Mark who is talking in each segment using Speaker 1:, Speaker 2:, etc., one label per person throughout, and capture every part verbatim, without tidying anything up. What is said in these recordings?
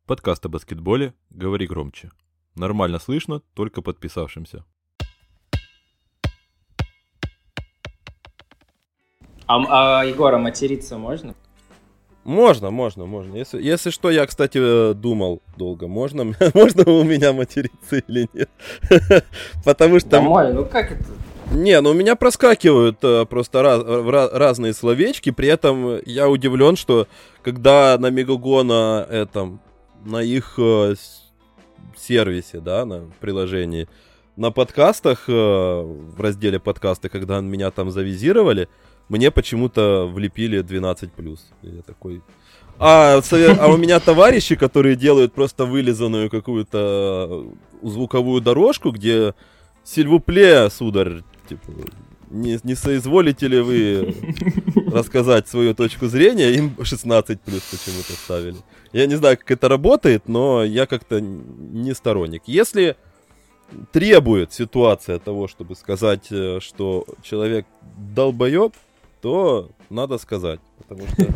Speaker 1: Подкаст о баскетболе «Говори громче». Нормально слышно только подписавшимся.
Speaker 2: А, а Егора материться можно?
Speaker 3: Можно, можно, можно. Если, если что, я, кстати, думал долго, можно, можно у меня материться или нет. Потому что...
Speaker 2: Домой, ну как это?
Speaker 3: Не, ну у меня проскакивают э, просто раз, ra- разные словечки, при этом я удивлен, что когда на Мегаго на этом, на их э, сервисе, да, на приложении, на подкастах, э, в разделе подкасты, когда меня там завизировали, мне почему-то влепили двенадцать плюс. Я такой... А, а у меня товарищи, которые делают просто вылизанную какую-то звуковую дорожку, где «Сильвупле, сударь», типа, не, не соизволите ли вы рассказать свою точку зрения, им шестнадцать плюс почему-то ставили. Я не знаю, как это работает, но я как-то не сторонник. Если требует ситуация того, чтобы сказать, что человек долбоеб, то надо сказать, потому что...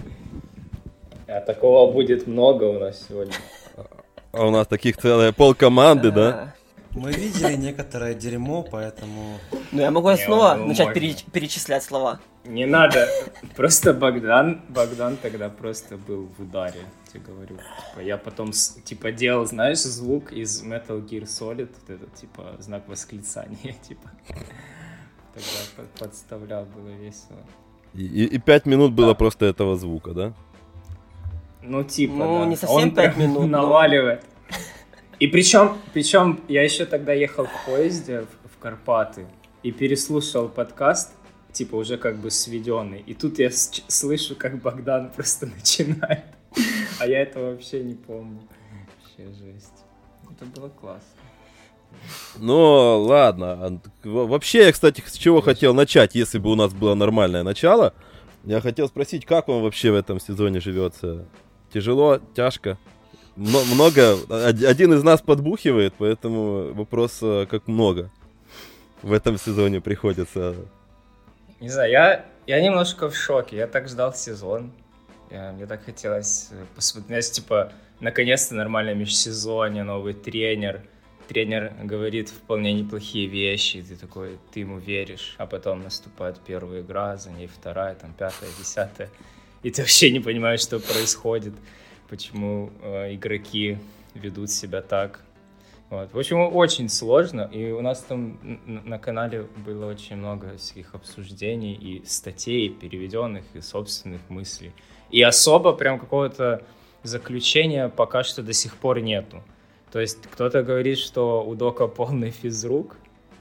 Speaker 2: А такого будет много у нас сегодня.
Speaker 3: А у нас таких целая полкоманды, да?
Speaker 4: Мы видели некоторое дерьмо, поэтому...
Speaker 5: Ну я могу снова
Speaker 2: ну,
Speaker 5: начать
Speaker 2: можно.
Speaker 5: переч- перечислять слова.
Speaker 2: Не надо. Просто Богдан, Богдан тогда просто был в ударе, тебе говорю. Типа, я потом, с- типа, делал, знаешь, звук из Metal Gear Solid, вот этот, типа, знак восклицания, типа. Тогда под- подставлял, было весело.
Speaker 3: И, и, и пять минут было просто этого звука, да?
Speaker 2: Ну, типа,
Speaker 5: Ну,
Speaker 2: да.
Speaker 5: не совсем
Speaker 2: Он
Speaker 5: пять
Speaker 2: прям
Speaker 5: минут, но-
Speaker 2: наваливает. И причем, причем я еще тогда ехал в поезде в, в Карпаты и переслушал подкаст, типа уже как бы сведенный. И тут я с- слышу, как Богдан просто начинает. А я этого вообще не помню. Вообще жесть. Это было классно.
Speaker 3: Ну, ладно. В- Вообще, я, кстати, с чего хотел начать, если бы у нас было нормальное начало. Я хотел спросить, как вам вообще в этом сезоне живется? Тяжело? Тяжко? Мно- много? Од- Один из нас подбухивает, поэтому вопрос, э, как много в этом сезоне приходится.
Speaker 2: Не знаю, я, я немножко в шоке. Я так ждал сезон. Я- мне так хотелось э, посмотреть, типа, наконец-то нормальное межсезонье, новый тренер. Тренер говорит вполне неплохие вещи, и ты такой, ты ему веришь, а потом наступает первая игра, за ней вторая, там пятая, десятая, и ты вообще не понимаешь, что происходит, почему э, игроки ведут себя так. Вот. В общем, очень сложно, и у нас там н- на канале было очень много всяких обсуждений и статей, переведенных, и собственных мыслей. И особо прям какого-то заключения пока что до сих пор нету. То есть кто-то говорит, что у Дока полный физрук,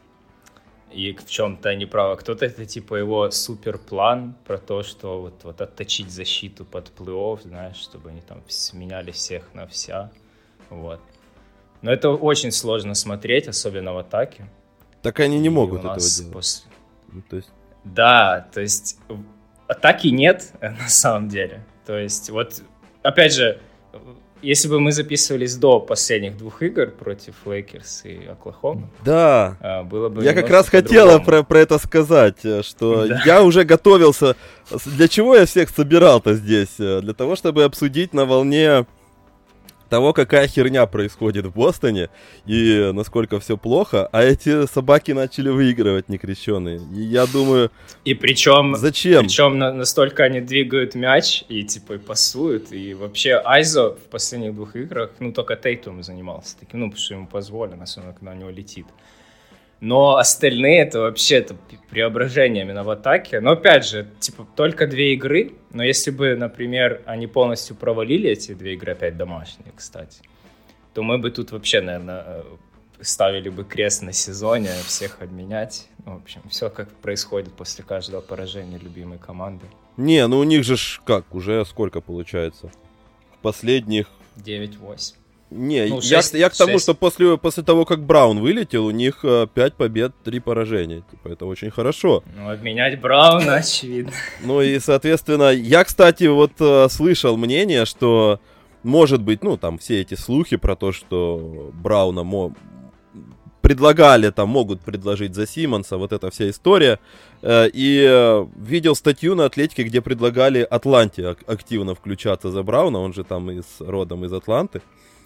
Speaker 2: и в чем-то они правы. Кто-то это типа его суперплан про то, что вот, вот отточить защиту под плей-офф, знаешь, чтобы они там сменяли всех на вся. Вот. Но это очень сложно смотреть, особенно в атаке.
Speaker 3: Так они не
Speaker 2: И
Speaker 3: могут
Speaker 2: у
Speaker 3: этого
Speaker 2: нас
Speaker 3: делать.
Speaker 2: пос-
Speaker 3: Ну, то есть...
Speaker 2: Да, то есть атаки нет на самом деле. То есть вот, опять же, если бы мы записывались до последних двух игр против Лейкерс и Оклахомы,
Speaker 3: Да.
Speaker 2: а, было бы
Speaker 3: Я как
Speaker 2: немножко
Speaker 3: раз хотела
Speaker 2: по-другому.
Speaker 3: про, про это сказать, э, что
Speaker 2: Да.
Speaker 3: я уже готовился. С- Для чего я всех собирал-то здесь? Э, Для того, чтобы обсудить на волне того, какая херня происходит в Бостоне и насколько все плохо, а эти собаки начали выигрывать некрещеные. И я думаю,
Speaker 2: И причем,
Speaker 3: зачем?
Speaker 2: причем на- настолько они двигают мяч и типа и пасуют, и вообще Айзо в последних двух играх, ну только Тейтум занимался таким, ну потому что ему позволено, особенно когда у него летит. Но остальные это вообще это пе- преображение именно в атаке. Но опять же, типа только две игры, но если бы, например, они полностью провалили эти две игры, опять домашние, кстати, то мы бы тут вообще, наверное, ставили бы крест на сезоне, всех обменять. Ну, в общем, все как происходит после каждого поражения любимой команды.
Speaker 3: Не, ну у них же ж как, уже сколько получается? Последних...
Speaker 2: девять-восемь.
Speaker 3: Не,
Speaker 2: Ну,
Speaker 3: я,
Speaker 2: шесть-
Speaker 3: я к тому,
Speaker 2: шесть.
Speaker 3: что после, после того, как Браун вылетел, у них пять побед, три поражения. Типа, это очень хорошо.
Speaker 2: Ну, обменять Брауна, очевидно.
Speaker 3: Ну и, соответственно, я, кстати, вот э, слышал мнение, что, может быть, ну, там, все эти слухи про то, что Брауна мо- предлагали, там, могут предложить за Симмонса, вот эта вся история. Э, и э, видел статью на Атлетике, где предлагали Атланте ак- активно включаться за Брауна, он же там из, родом из Атланты.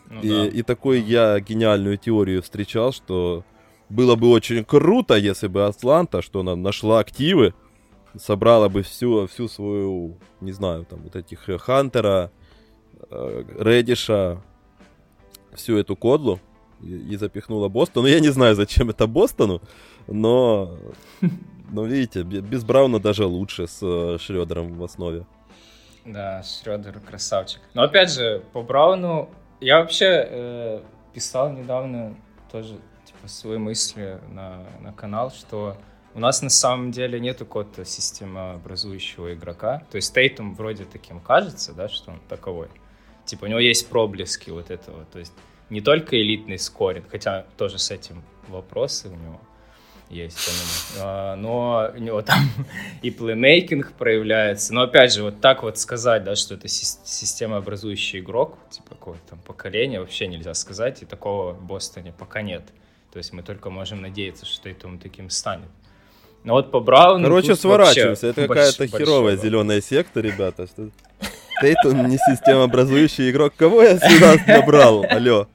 Speaker 2: Ну,
Speaker 3: и,
Speaker 2: да.
Speaker 3: и такой я гениальную теорию встречал, что было бы очень круто, если бы Атланта, что она нашла активы, собрала бы всю, всю свою, не знаю, там вот этих э, Хантера, э, Редиша, всю эту кодлу и, и запихнула Бостон. Ну, я не знаю, зачем это Бостону, но, но видите, без Брауна даже лучше с э, Шрёдером в основе.
Speaker 2: Да, Шрёдер красавчик. Но опять же, по Брауну я вообще э, писал недавно тоже типа свои мысли на, на канал, что у нас на самом деле нету какого-то системообразующего игрока. То есть Тейтум вроде таким кажется, да, что он таковой. Типа у него есть проблески вот этого. То есть не только элитный скоринг, хотя тоже с этим вопросы у него есть. А, но у него там и плеймейкинг проявляется. Но опять же, вот так вот сказать, да, что это системообразующий игрок, типа какого-то там поколения, вообще нельзя сказать. И такого в Бостоне пока нет. То есть мы только можем надеяться, что Тейтум таким станет. Но вот по Брауну...
Speaker 3: Короче, сворачиваемся. Это какая-то
Speaker 2: больш...
Speaker 3: херовая зеленая секта, ребята. Что... Тейтум не системообразующий игрок. Кого я сюда набрал? Алло.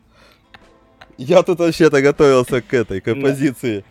Speaker 3: Я тут вообще-то готовился к этой, к оппозиции.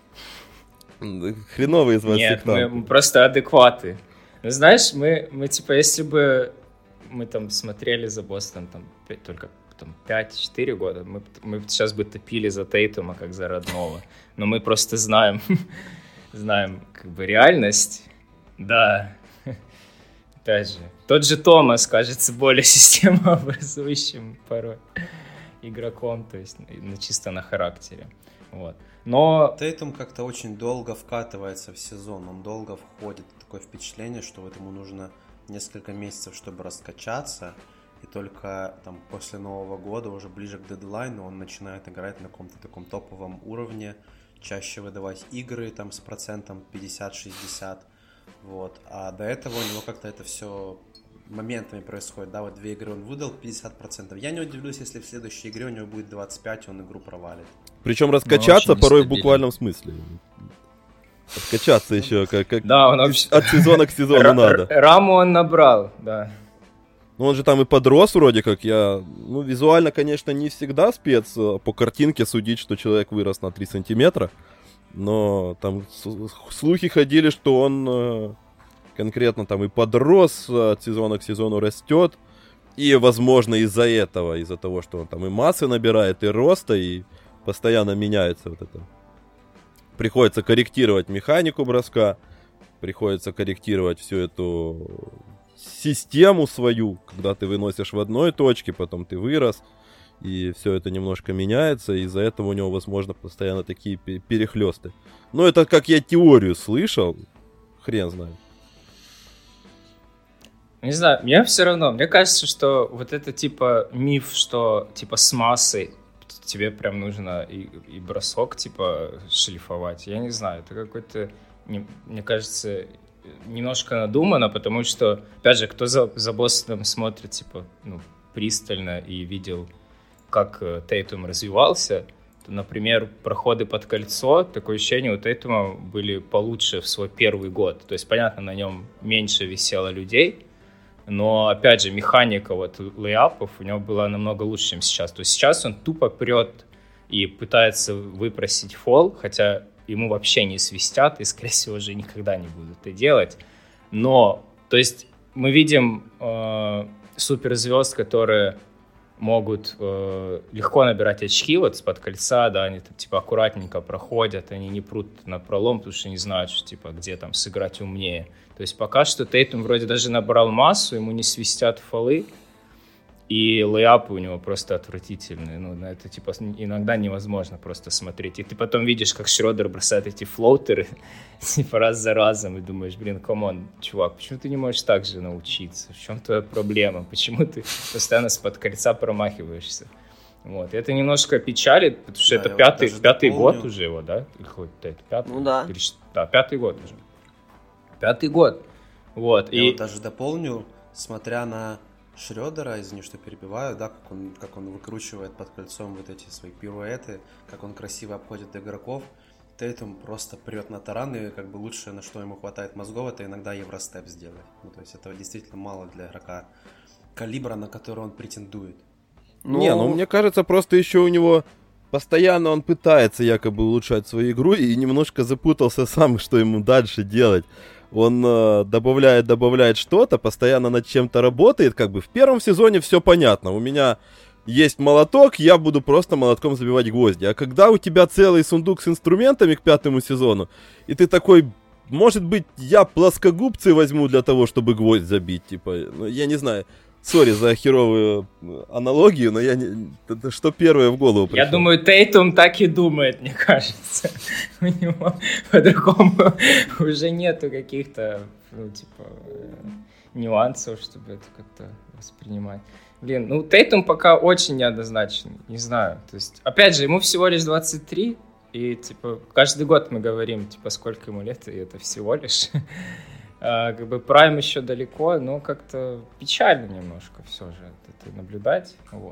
Speaker 3: Хреновый из вас
Speaker 2: Нет,
Speaker 3: сектант.
Speaker 2: мы просто адекваты. Ну, знаешь, мы, мы типа, если бы мы там смотрели за Бостон там, только там, пять-четыре года, мы, мы сейчас бы топили за Тейтума, как за родного. Но мы просто знаем, знаем как бы реальность. Да. Опять же, тот же Томас кажется более системообразующим порой игроком, то есть чисто на характере. Вот. Но...
Speaker 4: Тейтум как-то очень долго вкатывается в сезон, он долго входит. Такое впечатление, что вот ему нужно несколько месяцев, чтобы раскачаться, и только там после Нового года, уже ближе к дедлайну, он начинает играть на каком-то таком топовом уровне, чаще выдавать игры там с процентом пятьдесят-шестьдесят, вот. А до этого у него как-то это все моментами происходит, да, вот две игры он выдал пятьдесят процентов. Я не удивлюсь, если в следующей игре у него будет двадцать пять, он игру провалит.
Speaker 3: Причем раскачаться порой в буквальном смысле. Откачаться еще как, как
Speaker 2: да, он вообще...
Speaker 3: от сезона к сезону надо.
Speaker 2: Раму он набрал, да.
Speaker 3: Ну он же там и подрос вроде как. Я, ну визуально, конечно, не всегда спец по картинке судить, что человек вырос на три сантиметра. Но там слухи ходили, что он конкретно там и подрос, от сезона к сезону растет. И, возможно, из-за этого, из-за того, что он там и массы набирает, и роста, и постоянно меняется вот это. Приходится корректировать механику броска, приходится корректировать всю эту систему свою, когда ты выносишь в одной точке, потом ты вырос, и все это немножко меняется, и из-за этого у него, возможно, постоянно такие перехлесты. Но это как я теорию слышал, хрен знает.
Speaker 2: Не знаю, мне все равно, мне кажется, что вот это типа миф, что типа с массой тебе прям нужно и, и бросок типа шлифовать, я не знаю, это какой-то, не, мне кажется, немножко надумано, потому что, опять же, кто за, за Бостоном смотрит типа, ну, пристально и видел, как Тейтум развивался, то, например, проходы под кольцо, такое ощущение у Тейтума были получше в свой первый год, то есть, понятно, на нем меньше висело людей, но, опять же, механика вот лейапов у него была намного лучше, чем сейчас. То есть сейчас он тупо прет и пытается выпросить фол, хотя ему вообще не свистят и, скорее всего, уже никогда не будут это делать. Но, то есть мы видим э, суперзвезд, которые могут э, легко набирать очки вот с-под кольца, да, они там типа аккуратненько проходят, они не прут на пролом, потому что не знают, что, типа, где там сыграть умнее. То есть пока что Тейтум вроде даже набрал массу, ему не свистят фолы, и лейапы у него просто отвратительные. Ну, на это типа иногда невозможно просто смотреть. И ты потом видишь, как Шрёдер бросает эти флоутеры типа раз за разом, и думаешь, блин, камон, чувак, почему ты не можешь так же научиться? В чем твоя проблема? Почему ты постоянно с-под кольца промахиваешься? Вот. И это немножко печалит, потому что да, это пятый, пятый год уже его, да? Или какой-то пятый?
Speaker 5: Ну да.
Speaker 2: Или, да, пятый год уже. Пятый год. Вот.
Speaker 4: Я
Speaker 2: и...
Speaker 4: вот даже дополню, смотря на Шрёдера, извини, что перебиваю, да, как он, как он выкручивает под кольцом вот эти свои пируэты, как он красиво обходит игроков. Тейтум просто прет на таран, и как бы лучшее, на что ему хватает мозгов, это иногда евростеп сделать. Ну, то есть этого действительно мало для игрока калибра, на который он претендует.
Speaker 5: Ну,
Speaker 3: Не, ну мне кажется, просто еще у него постоянно он пытается якобы улучшать свою игру и немножко запутался сам, что ему дальше делать. Он э, добавляет, добавляет что-то, постоянно над чем-то работает. Как бы в первом сезоне все понятно. У меня есть молоток, я буду просто молотком забивать гвозди. А когда у тебя целый сундук с инструментами к пятому сезону, и ты такой, может быть, я плоскогубцы возьму для того, чтобы гвоздь забить, типа, ну, я не знаю. Сори за херовую аналогию, но я не... Это что первое в голову пришло?
Speaker 2: Я думаю, Тейтум так и думает, мне кажется. У него по-другому уже нету каких-то, ну, типа, нюансов, чтобы это как-то воспринимать. Блин, ну, Тейтум пока очень неоднозначный, не знаю. То есть, опять же, ему всего лишь двадцать три, и, типа, каждый год мы говорим, типа, сколько ему лет, и это всего лишь... Uh, как бы Прайм еще далеко, но как-то печально немножко все же это наблюдать. Вот.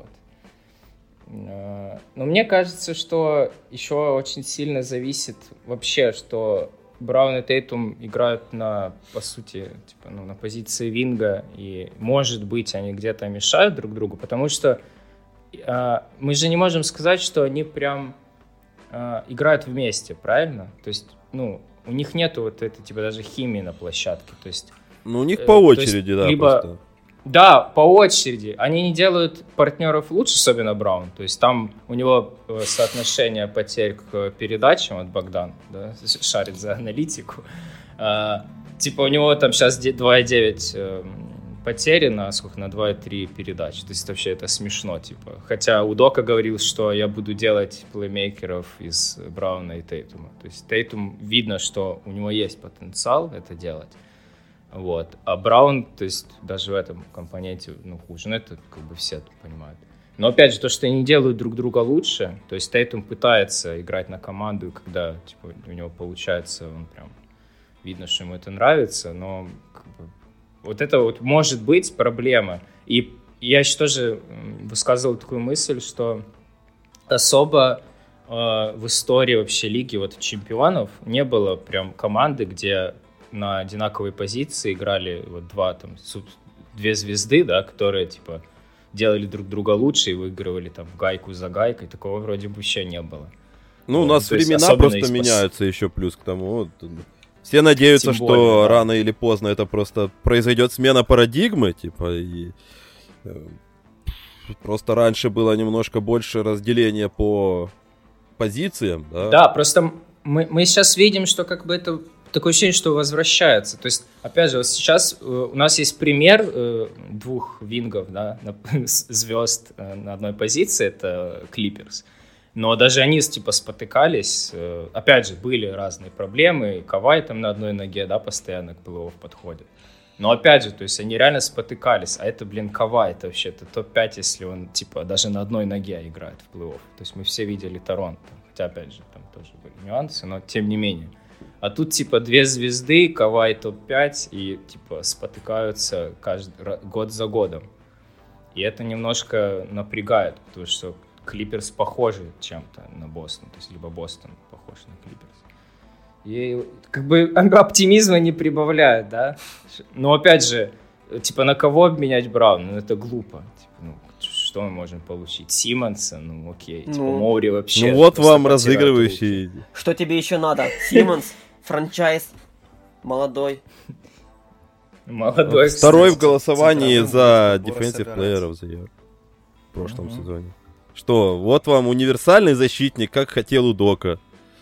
Speaker 2: Uh, но мне кажется, что еще очень сильно зависит вообще, что Браун и Тейтум играют на, по сути, типа, ну, на позиции винга, и, может быть, они где-то мешают друг другу, потому что uh, мы же не можем сказать, что они прям uh, играют вместе, правильно? То есть, ну, у них нету вот этой, типа, даже химии на площадке, то есть...
Speaker 3: Ну, у них по очереди, есть, да,
Speaker 2: либо,
Speaker 3: просто.
Speaker 2: Да, по очереди. Они не делают партнеров лучше, особенно Браун. То есть там у него соотношение потерь к передачам от Богдана, да, шарит за аналитику. А, типа у него там сейчас два и девять потери на, сколько, на два и три передачи. То есть вообще это смешно, типа. Хотя Удока говорил, что я буду делать плеймейкеров из Брауна и Тейтума. То есть Тейтум видно, что у него есть потенциал это делать. Вот. А Браун, то есть даже в этом компоненте, ну, хуже. Ну, это как бы все понимают. Но опять же, то, что они делают друг друга лучше, то есть Тейтум пытается играть на команду, когда типа, у него получается, он прям видно, что ему это нравится, но как бы, вот это вот может быть проблема. И я еще тоже высказывал такую мысль, что особо э, в истории вообще лиги вот чемпионов не было прям команды, где на одинаковой позиции играли вот два там две звезды, да, которые типа делали друг друга лучше и выигрывали там гайку за гайкой. Такого вроде бы вообще не было.
Speaker 3: Ну, вот, у нас времена просто из... меняются еще плюс к тому. Вот. Все надеются,
Speaker 2: Тем более,
Speaker 3: что
Speaker 2: да.
Speaker 3: рано или поздно это просто произойдет смена парадигмы, типа, и просто раньше было немножко больше разделения по позициям, да?
Speaker 2: Да, просто мы, мы сейчас видим, что как бы это такое ощущение, что возвращается. То есть, опять же, вот сейчас у нас есть пример э, двух вингов, да, звезд э, на одной позиции, это Клиперс. Но даже они, типа, спотыкались. Э, опять же, были разные проблемы. Кавай там на одной ноге, да, постоянно к плей-офф подходит. Но опять же, то есть они реально спотыкались. А это, блин, Кавай, это вообще это топ пять, если он, типа, даже на одной ноге играет в плей-офф. То есть мы все видели Торонто. Хотя, опять же, там тоже были нюансы, но тем не менее. А тут, типа, две звезды, Кавай топ пять, и, типа, спотыкаются каждый год за годом. И это немножко напрягает, потому что Клиперс похожи чем-то на Бостон. То есть, либо Бостон похож на Клиперс. И, как бы, оптимизма не прибавляет, да? Но, опять же, типа, на кого обменять Брауна? Ну, это глупо. Типа, ну, что мы можем получить? Симмонса? Ну, окей.
Speaker 5: Ну,
Speaker 2: типа, Моури вообще...
Speaker 3: Ну, вот вам разыгрывающий.
Speaker 5: Что тебе еще надо? Симмонс, франчайз, молодой.
Speaker 2: Молодой.
Speaker 3: Второй в голосовании за
Speaker 4: Центровым
Speaker 3: Defensive Player of the Year в прошлом
Speaker 2: Мгм.
Speaker 3: сезоне. Что, вот вам универсальный защитник, как хотел Удока.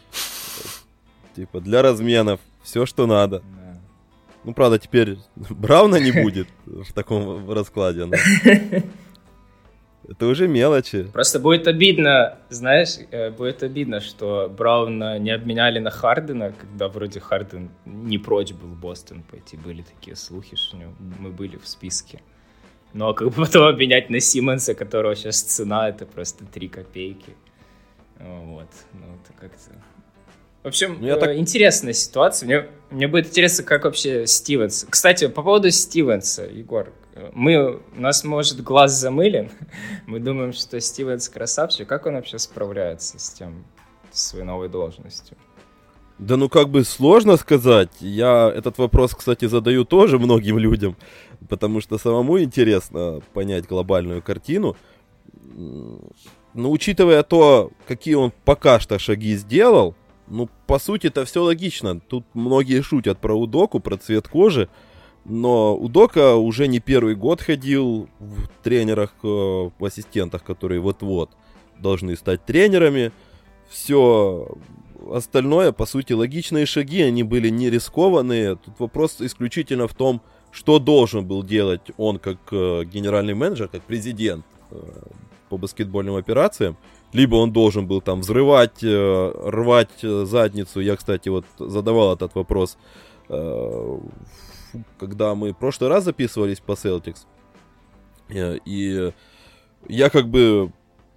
Speaker 3: Типа, для разменов. Все, что надо.
Speaker 2: Да.
Speaker 3: Ну, правда, теперь Брауна не будет в таком раскладе. Но... Это уже мелочи.
Speaker 2: Просто будет обидно, знаешь, э, будет обидно, что Брауна не обменяли на Хардена, когда вроде Харден не прочь был в Бостон пойти. Были такие слухи, что у него- мы были в списке. Но как бы потом обменять на Симмонса, которого сейчас цена, это просто три копейки. Вот. Ну, это как-то... В общем,
Speaker 3: Ну, я
Speaker 2: э,
Speaker 3: так-
Speaker 2: интересная ситуация. Мне, мне будет интересно, как вообще Стивенс... Кстати, по поводу Стивенса, Егор, э, мы, у нас, может, глаз замылен. Мы думаем, что Стивенс красавчик. Как он вообще справляется с тем, с своей новой должностью?
Speaker 3: Да ну как бы сложно сказать. Я этот вопрос, кстати, задаю тоже многим людям, потому что самому интересно понять глобальную картину. ну, учитывая то, какие он пока что шаги сделал, ну, по сути, это все логично. Тут многие шутят про Удоку, про цвет кожи, но Удока уже не первый год ходил в тренерах, в ассистентах, которые вот-вот должны стать тренерами. Все остальное, по сути, логичные шаги, они были не рискованные. Тут вопрос исключительно в том, что должен был делать он как генеральный менеджер, как президент по баскетбольным операциям. Либо он должен был там взрывать, рвать задницу. Я, кстати, вот задавал этот вопрос, когда мы в прошлый раз записывались по Celtics. И я как бы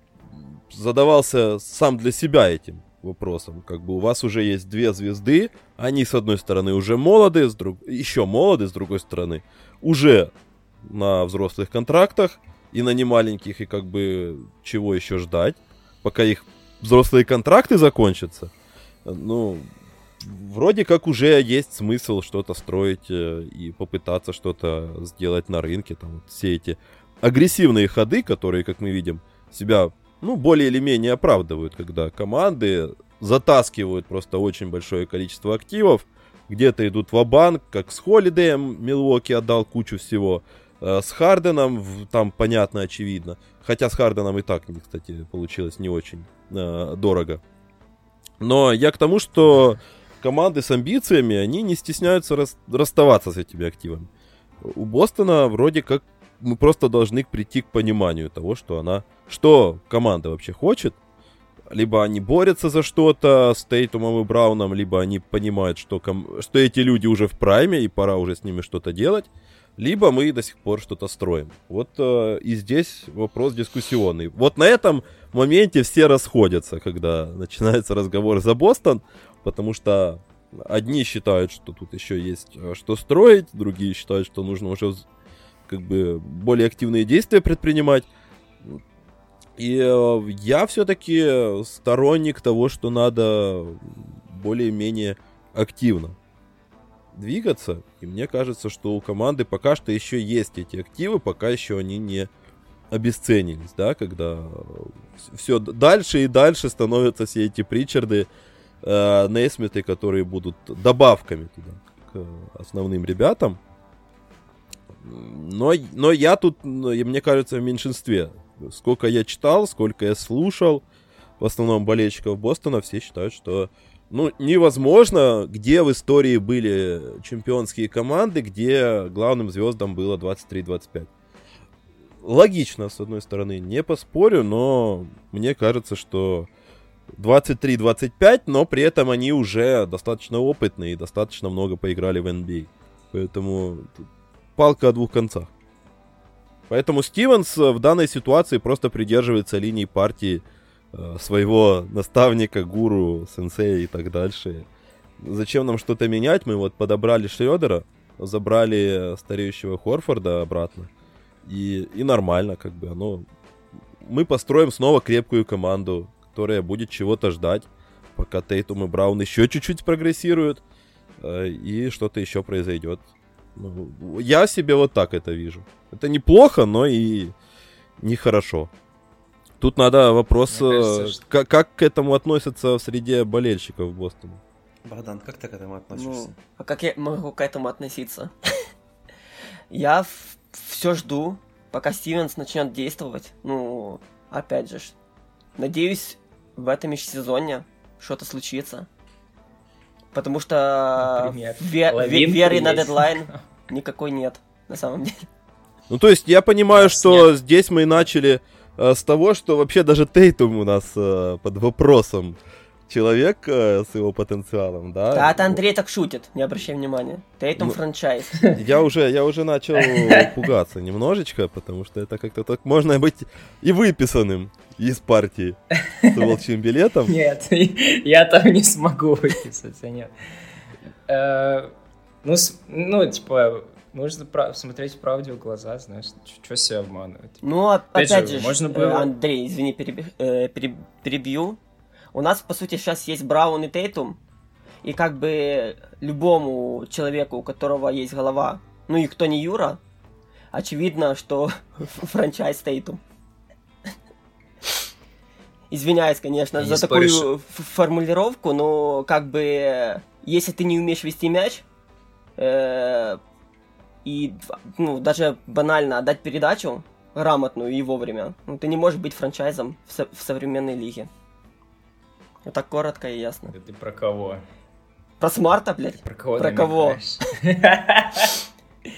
Speaker 3: задавался сам для себя этим вопросом. Как бы у вас уже есть две звезды, они с одной стороны уже молоды, с друг... еще молоды, с другой стороны уже на взрослых контрактах и на немаленьких, и как бы чего еще ждать, пока их взрослые контракты закончатся. Ну, вроде как уже есть смысл что-то строить и попытаться что-то сделать на рынке. Там вот все эти агрессивные ходы, которые, как мы видим, себя, ну, более или менее оправдывают, когда команды затаскивают просто очень большое количество активов, где-то идут ва-банк, как с Холидеем Милуоки отдал кучу всего, с Харденом там понятно, очевидно, хотя с Харденом и так, кстати, получилось не очень э, дорого. Но я к тому, что команды с амбициями, они не стесняются рас- расставаться с этими активами. У Бостона вроде как мы просто должны прийти к пониманию того, что она, что команда вообще хочет. Либо они борются за что-то с Тейтумом и Брауном, либо они понимают, что, ком- что эти люди уже в прайме, и пора уже с ними что-то делать. Либо мы до сих пор что-то строим. Вот э, и здесь вопрос дискуссионный. Вот на этом моменте все расходятся, когда начинается разговор за Бостон, потому что одни считают, что тут еще есть что строить, другие считают, что нужно уже как бы более активные действия предпринимать. И э, я все-таки сторонник того, что надо более-менее активно двигаться, и мне кажется, что у команды пока что еще есть эти активы, пока еще они не обесценились, да, когда все дальше и дальше становятся все эти Причарды, э, Нейсмиты, которые будут добавками туда, к основным ребятам. Но, но я тут, мне кажется, в меньшинстве. Сколько я читал, сколько я слушал, в основном болельщиков Бостона, все считают, что ну, невозможно, где в истории были чемпионские команды, где главным звездам было двадцать три двадцать пять. Логично, с одной стороны, не поспорю, но мне кажется, что двадцать три двадцать пять, но при этом они уже достаточно опытные и достаточно много поиграли в эн би эй. Поэтому палка о двух концах. Поэтому Стивенс в данной ситуации просто придерживается линии партии своего наставника, гуру, сенсея и так дальше. Зачем нам что-то менять? Мы вот подобрали Шрёдера, забрали стареющего Хорфорда обратно. И, и нормально, как бы оно. Мы построим снова крепкую команду, которая будет чего-то ждать, пока Тейтум и Браун еще чуть-чуть прогрессируют, и что-то еще произойдет. Я себе вот так это вижу. Это неплохо, но и нехорошо. Тут надо вопрос, кажется, что... как, как к этому относятся в среде болельщиков Бостона.
Speaker 4: Богдан, как ты к этому относишься?
Speaker 5: Ну, а как я могу к этому относиться? Я все жду, пока Стивенс начнет действовать. Ну, опять же, надеюсь, в этом межсезонье что-то случится. Потому что ве- ве- веры на дедлайн никакой нет, на самом деле.
Speaker 3: Ну, то есть я понимаю, что нет. Здесь мы начали э, с того, что вообще даже Тейтум у нас э, под вопросом человек э, с его потенциалом, да?
Speaker 5: Да, это Андрей так шутит, не обращай внимания. Тейтум ну, франчайз.
Speaker 3: Я уже, я уже начал пугаться немножечко, потому что это как-то так можно быть и выписанным из партии с волчьим билетом.
Speaker 2: Нет, я там не смогу выписаться, нет. Ну, ну, типа... Нужно прав- смотреть правде в глаза, знаешь, что себя обманывать.
Speaker 5: Ну, опять, опять же,
Speaker 2: можно было...
Speaker 5: Андрей, извини, переб... э, перебью. У нас, по сути, сейчас есть Браун и Тейтум, и как бы любому человеку, у которого есть голова, ну и кто не Юра, очевидно, что франчайз Тейтум. извиняюсь, конечно,
Speaker 2: Я
Speaker 5: за
Speaker 2: не спорю,
Speaker 5: такую ф- формулировку, но как бы если ты не умеешь вести мяч, э, и ну, даже банально отдать передачу грамотную и вовремя, ну, ты не можешь быть франчайзом в, со- в современной лиге. Вот так коротко и ясно.
Speaker 2: Да ты про кого?
Speaker 5: Про Смарта, блядь?
Speaker 2: Про кого
Speaker 5: Про кого?
Speaker 2: намекаешь?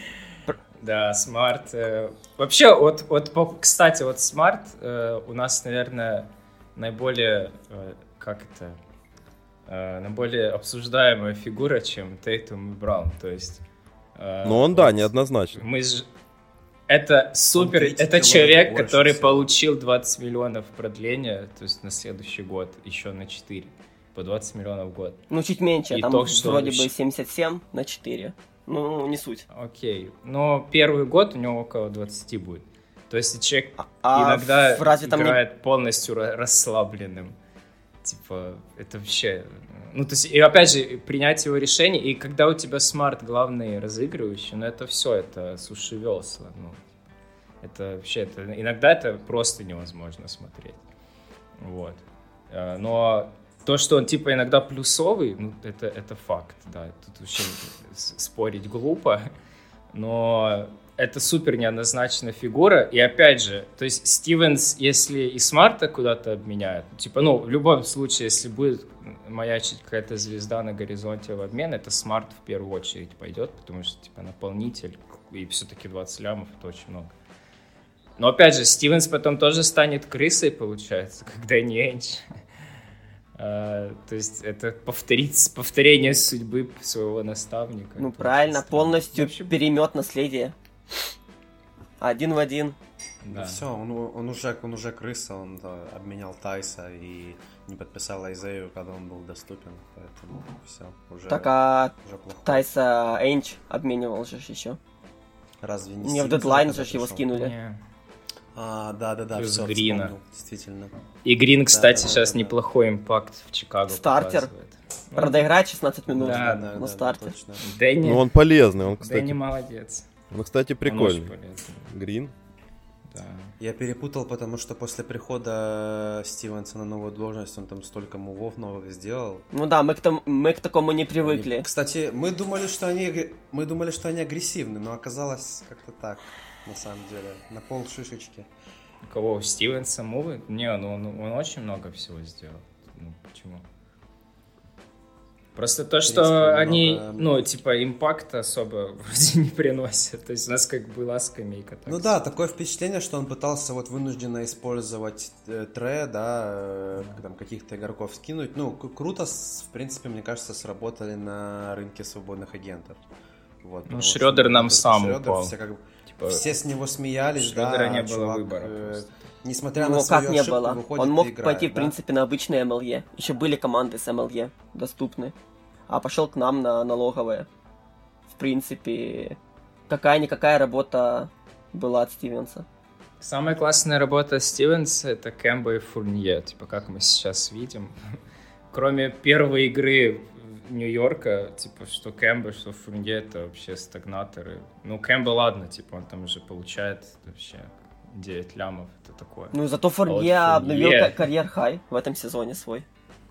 Speaker 2: Да, Смарт. э, Вообще, вот, вот, по- кстати, вот Смарт э, у нас, наверное, наиболее, э, как это, э, наиболее обсуждаемая фигура, чем Тейтум и Браун. То есть... э,
Speaker 3: Ну он, да,
Speaker 2: вот
Speaker 3: неоднозначно.
Speaker 2: Мы ж... Это супер,
Speaker 4: тридцать
Speaker 2: это
Speaker 4: километров
Speaker 2: человек,
Speaker 4: больше
Speaker 2: который
Speaker 4: всего.
Speaker 2: получил двадцать миллионов продления, то есть на следующий год, еще на четыре, по двадцать миллионов в год.
Speaker 5: Ну, чуть меньше,
Speaker 2: И
Speaker 5: там
Speaker 2: то, что
Speaker 5: вроде
Speaker 2: вообще-
Speaker 5: бы семьдесят семь на четыре. Ну, не суть.
Speaker 2: Окей, но первый год у него около двадцати будет. То есть человек
Speaker 5: А
Speaker 2: иногда
Speaker 5: в- разве там не-
Speaker 2: играет полностью ра- расслабленным. Типа, это вообще... Ну, то есть, и опять же, принять его решение, и когда у тебя смарт главный разыгрывающий, ну, это все, это суши весла, ну. Это вообще, это, иногда это просто невозможно смотреть. Вот. Э, Но то, что он, типа, иногда плюсовый, ну, это, это факт, да. Тут вообще с- спорить глупо, но это супер неоднозначная фигура. И опять же, то есть Стивенс, если и Смарта куда-то обменяют, типа, ну, в любом случае, если будет маячить какая-то звезда на горизонте в обмен, это Смарт в первую очередь пойдет, потому что, типа, наполнитель, и все-таки двадцать лямов, это очень много. Но опять же, Стивенс потом тоже станет крысой, получается, когда не Эндж. А, то есть это повторить, повторение судьбы своего наставника.
Speaker 5: Ну,
Speaker 2: Это
Speaker 5: правильно,
Speaker 2: очень странно.
Speaker 5: полностью
Speaker 2: Вообще,
Speaker 5: перемет наследие. Один в один.
Speaker 2: да.
Speaker 4: Все, он, он, уже, он уже крыса, он да, обменял Тайса и не подписал Айзею, когда он был доступен, поэтому все, уже,
Speaker 5: Так, а
Speaker 4: уже плохо.
Speaker 5: Тайса Эндж обменивал же еще.
Speaker 4: Разве не
Speaker 5: Не в
Speaker 4: Стивенс
Speaker 5: дедлайн
Speaker 4: тогда
Speaker 5: же его
Speaker 4: пришел?
Speaker 5: скинули.
Speaker 2: Не.
Speaker 4: А, да-да-да,
Speaker 2: Плюс
Speaker 4: все,
Speaker 2: Грина.
Speaker 4: вспомнил, действительно.
Speaker 2: И Грин, кстати,
Speaker 4: Да, да,
Speaker 2: сейчас
Speaker 4: да, да.
Speaker 2: неплохой импакт в Чикаго
Speaker 5: Стартер.
Speaker 2: показывает. Ну,
Speaker 5: Правда, играет шестнадцать минут
Speaker 2: Да,
Speaker 5: на старте.
Speaker 4: точно.
Speaker 2: Дэнни,
Speaker 3: Ну он полезный, он,
Speaker 2: Дэнни
Speaker 3: кстати,
Speaker 2: молодец.
Speaker 3: он, кстати,
Speaker 2: Он
Speaker 3: прикольный.
Speaker 2: очень полезный,
Speaker 3: Грин.
Speaker 2: да.
Speaker 4: Я перепутал, потому что после прихода Стивенса на новую должность он там столько мувов новых сделал.
Speaker 5: Ну да, мы к, тому, мы к такому не
Speaker 4: Они-
Speaker 5: привыкли.
Speaker 4: Кстати, мы думали, что они агр- мы думали, что они агрессивны, но оказалось как-то так, на самом деле, на пол шишечки.
Speaker 2: У кого? У Стивенса мувы? Не, ну он, он очень много всего сделал. Ну, почему? Просто то, что
Speaker 4: принципе,
Speaker 2: они,
Speaker 4: много-
Speaker 2: ну, типа, импакта особо вроде не приносят. То есть у нас как была скамейка. так
Speaker 4: Ну
Speaker 2: себе.
Speaker 4: да, такое впечатление, что он пытался вот вынужденно использовать э, тре, да, э, там каких-то игроков скинуть. Ну, к- круто, с- в принципе, мне кажется, сработали на рынке свободных агентов. Вот, потому что,
Speaker 2: Шрёдер нам
Speaker 4: то, что
Speaker 2: сам
Speaker 4: Шрёдер,
Speaker 2: упал.
Speaker 4: все, как бы-
Speaker 2: Типа,
Speaker 4: все с него смеялись, да,
Speaker 2: Шрёдера не
Speaker 4: а
Speaker 2: было
Speaker 4: чувак,
Speaker 2: выбора
Speaker 4: э,
Speaker 2: просто.
Speaker 4: несмотря
Speaker 5: Ну
Speaker 4: на свою
Speaker 5: как не
Speaker 4: ошибку,
Speaker 5: было?
Speaker 4: выходит
Speaker 5: Он мог
Speaker 4: и играет,
Speaker 5: пойти, в
Speaker 4: да?
Speaker 5: принципе, на обычный эм эл е. Еще были команды с эм эл е доступны. А пошел к нам на налоговые. В принципе, какая-никакая работа была от Стивенса.
Speaker 2: Самая классная работа Стивенса — это Кэмбо и Фурнье, типа, как мы сейчас видим. Кроме первой игры Нью-Йорка, типа, что Кэмбо, что Фурнье — это вообще стагнаторы. Ну, Кэмбо, ладно, типа, он там уже получает вообще девять лямов, это такое.
Speaker 5: Ну, зато Фурнье
Speaker 2: Фурнье.
Speaker 5: обновил ка- карьер-хай в этом сезоне свой.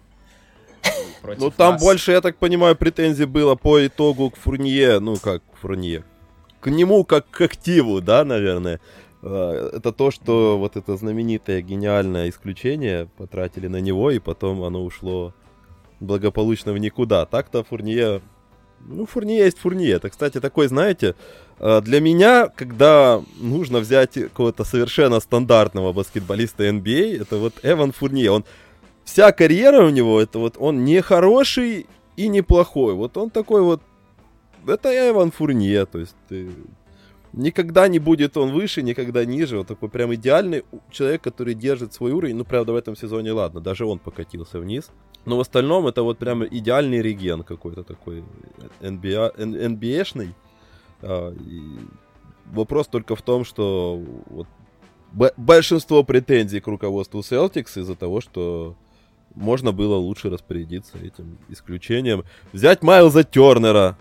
Speaker 2: Против
Speaker 3: Ну там
Speaker 2: нас.
Speaker 3: больше, я так понимаю, претензий было по итогу к Фурнье, ну как к Фурнье, к нему как к активу, да, наверное. Э, Это то, что вот это знаменитое гениальное исключение потратили на него, и потом оно ушло благополучно в никуда. Так-то Фурнье, ну Фурнье есть Фурнье. Это, кстати, такой, знаете, э, для меня, когда нужно взять какого-то совершенно стандартного баскетболиста эн би эй, это вот Эван Фурнье. Он Вся карьера у него, это вот он не хороший и не плохой. Вот он такой вот, это Эван Фурнье, то есть ты... никогда не будет он выше, никогда ниже. Вот такой прям идеальный человек, который держит свой уровень. Ну, правда, в этом сезоне, ладно, даже он покатился вниз. Но в остальном это вот прям идеальный реген какой-то такой эн би эй, эн би эй-шный. А, и вопрос только в том, что вот б- большинство претензий к руководству Celtics из-за того, что можно было лучше распорядиться этим исключением. Взять Майлза Тернера.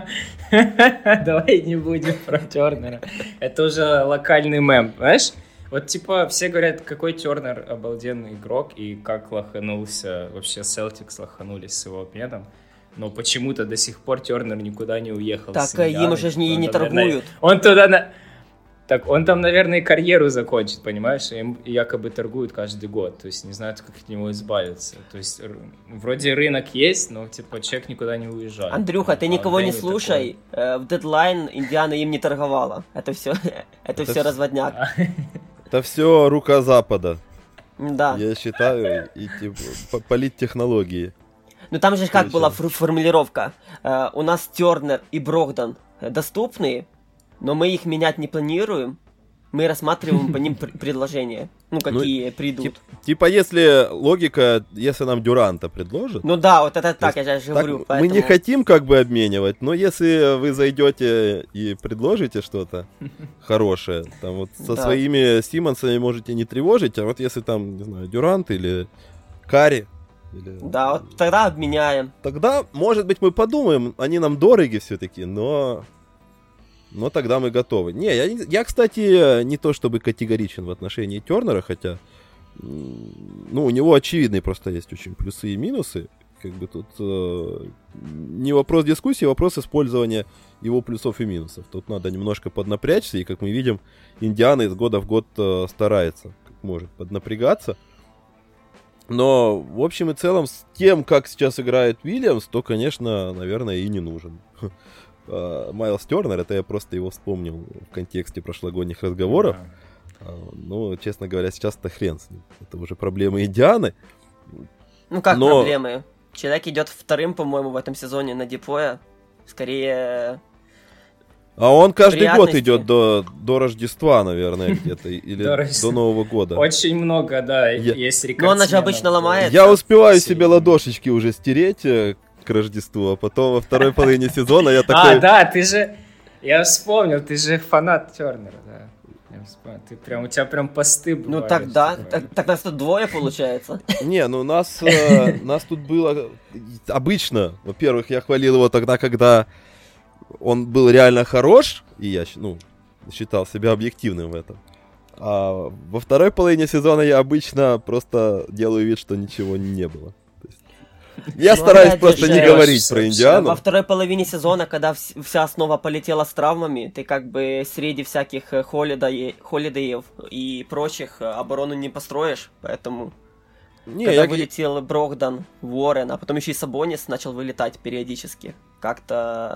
Speaker 2: Давай не будем про Тернера. Это уже локальный мем, знаешь? Вот, типа, все говорят, какой Тернер обалденный игрок, и как лоханулся, вообще Celtics лоханулись с его обменом. Но почему-то до сих пор Тернер никуда не уехал.
Speaker 5: Так им уже ж не, не торгуют.
Speaker 2: Он туда... На... Так, он там, наверное, карьеру закончит, понимаешь? Им якобы торгуют каждый год. То есть не знают, как от него избавиться. То есть р... вроде рынок есть, но, типа, человек никуда не уезжает.
Speaker 5: Андрюха, ты
Speaker 2: а
Speaker 5: никого не
Speaker 2: Дэнни
Speaker 5: слушай. Такой... В дедлайн Индиана им не торговала. Это все, это все разводняк.
Speaker 3: Это все рука Запада.
Speaker 5: Да.
Speaker 3: Я считаю, и типа политтехнологии.
Speaker 5: Ну там же как была формулировка. У нас Тернер и Брогдон доступны, но мы их менять не планируем. Мы рассматриваем по ним предложения. Ну, какие ну, придут.
Speaker 3: Тип, типа, если логика, если нам Дюранта предложат...
Speaker 5: Ну да, вот это так, я же говорю.
Speaker 3: Поэтому... Мы не хотим как бы обменивать, но если вы зайдете и предложите что-то хорошее, там вот со да. своими Симмонсами можете не тревожить, а вот если там, не знаю, Дюрант или Карри... Или...
Speaker 5: Да, вот тогда обменяем.
Speaker 3: Тогда, может быть, мы подумаем, они нам дороги все-таки, но... Но тогда мы готовы. Не, я, я, кстати, не то чтобы категоричен в отношении Тернера, хотя, ну, у него очевидные просто есть очень плюсы и минусы. Как бы тут э, не вопрос дискуссии, а вопрос использования его плюсов и минусов. Тут надо немножко поднапрячься, и, как мы видим, Индиана из года в год э, старается, как может, поднапрягаться. Но, в общем и целом, с тем, как сейчас играет Уильямс, то, конечно, наверное, и не нужен. Майлз Тернер, это я просто его вспомнил в контексте прошлогодних разговоров. Uh-huh. Ну, честно говоря, сейчас-то хрен с ним. Это уже проблемы Индианы.
Speaker 5: Ну как Но... проблемы? Человек идет вторым, по-моему, в этом сезоне на Депоя. Скорее...
Speaker 3: А он каждый год идет до, до Рождества, наверное, где-то. Или до Нового года.
Speaker 2: Очень много, да, есть рекордсменов.
Speaker 5: Но он же обычно ломается.
Speaker 3: Я успеваю себе ладошечки уже стереть к Рождеству, а потом во второй половине сезона я такой...
Speaker 2: А, да, ты же... Я вспомнил, ты же фанат Тернера, да. Я вспомнил. Ты прям, у тебя прям посты бывают.
Speaker 5: Ну тогда, так, так нас тут двое получается.
Speaker 3: Не, ну нас, э, нас тут было... Обычно, во-первых, я хвалил его тогда, когда он был реально хорош, и я ну, считал себя объективным в этом. А во второй половине сезона я обычно просто делаю вид, что ничего не было. Я ну, стараюсь просто не говорить про Индиану.
Speaker 5: Во второй половине сезона, когда вся основа полетела с травмами, ты как бы среди всяких холидей, холидеев и прочих оборону не построишь, поэтому... Не, когда я... вылетел Брогдон, Уоррен, а потом еще и Сабонис начал вылетать периодически, как-то...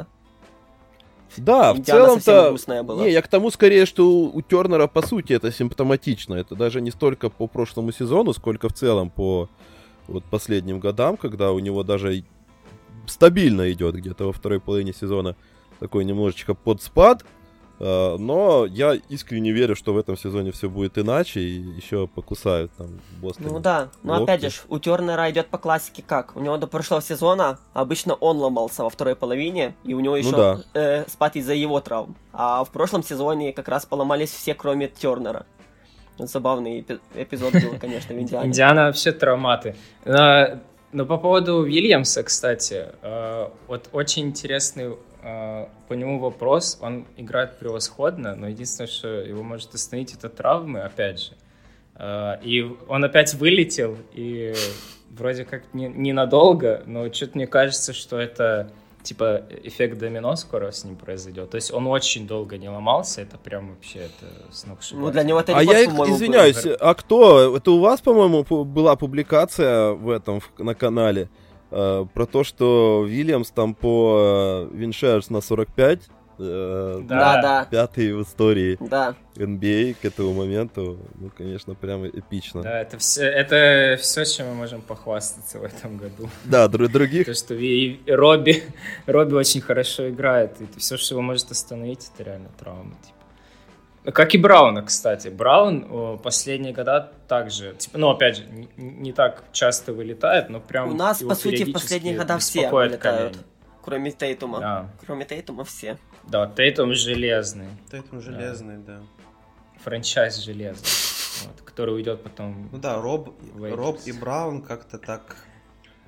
Speaker 3: Да, Индиана в целом-то... Не, я к тому скорее, что у, у Тернера, по сути, это симптоматично. Это даже не столько по прошлому сезону, сколько в целом по... Вот последним годам, когда у него даже стабильно идет где-то во второй половине сезона такой немножечко подспад, но я искренне верю, что в этом сезоне все будет иначе и еще покусают там Бостон.
Speaker 5: Ну да, но опять же, у Тернера идет по классике как? У него до прошлого сезона обычно он ломался во второй половине, и у него еще ну да. э, спад из-за его травм. А в прошлом сезоне как раз поломались все, кроме Тернера. Забавный эпизод был, конечно, в Индиане.
Speaker 2: Индиана вообще травматы. Но, но по поводу Уильямса, кстати, э, вот очень интересный э, по нему вопрос. Он играет превосходно, но единственное, что его может остановить, это травмы, опять же. Э, и он опять вылетел, и вроде как не, ненадолго, но что-то мне кажется, что это... типа эффект домино скоро с ним произойдет. То есть он очень долго не ломался, это прям вообще это сногсшибательно.
Speaker 5: Ну для него это
Speaker 3: а
Speaker 5: рекорд,
Speaker 3: я извиняюсь, был. А кто? Это у вас, по-моему, была публикация в этом на канале э, про то, что Уильямс там по Виншерс на сорок пять э,
Speaker 5: да, да.
Speaker 3: пятый в истории
Speaker 5: да.
Speaker 3: эн би эй к этому моменту. Ну, конечно, прям эпично.
Speaker 2: Да, это все, это все, чем мы можем похвастаться в этом году.
Speaker 3: Да, др- других.
Speaker 2: То, что и Робби, Робби очень хорошо играет, и все, что его может остановить, это реально травма. Типа. Как и Брауна, кстати. Браун последние года также, типа, ну, опять же, не, не так часто вылетает, но прям...
Speaker 5: У нас, по сути, в последние года все вылетают. Колени. Кроме Тейтума. Да. Кроме Тейтума все.
Speaker 2: Да, Тейтум железный.
Speaker 4: Тейтум железный, да. да.
Speaker 2: Франчайз железный, вот, который уйдет потом.
Speaker 4: Ну да, Роб, Роб и Браун как-то так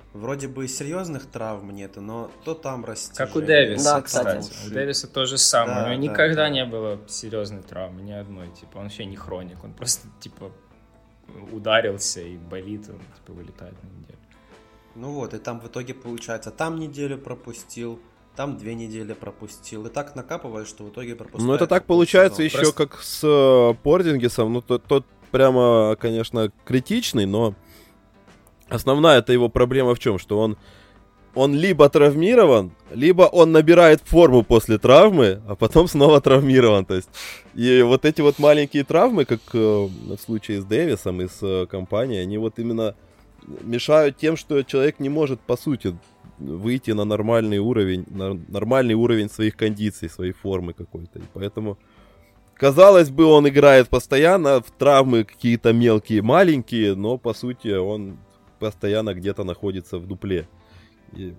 Speaker 4: вроде бы серьезных травм нету, но то там растяжение.
Speaker 2: Как у Дэвиса,
Speaker 5: Да,
Speaker 2: кстати.
Speaker 5: кстати.
Speaker 2: У Дэвиса то же самое.
Speaker 4: Да,
Speaker 2: У него
Speaker 4: да,
Speaker 2: никогда
Speaker 4: да.
Speaker 2: не было серьезной травмы, ни одной. Типа, он вообще не хроник. Он просто, типа, ударился и болит, он, типа, вылетает на неделю.
Speaker 4: Ну вот, и там в итоге получается, там неделю пропустил, там две недели пропустил. И так накапывает, что в итоге пропускает.
Speaker 3: Ну, это так получается еще
Speaker 2: Просто-
Speaker 3: как с э, Порзингисом. Ну, тот, тот прямо, конечно, критичный, но основная это его проблема в чем? Что он, он либо травмирован, либо он набирает форму после травмы, а потом снова травмирован. То есть, и вот эти вот маленькие травмы, как э, в случае с Дэвисом и с э, компанией, они вот именно мешают тем, что человек не может, по сути, выйти на нормальный уровень, на нормальный уровень своих кондиций, своей формы какой-то. И поэтому, казалось бы, он играет постоянно, в травмы какие-то мелкие, маленькие, но, по сути, он постоянно где-то находится в дупле. И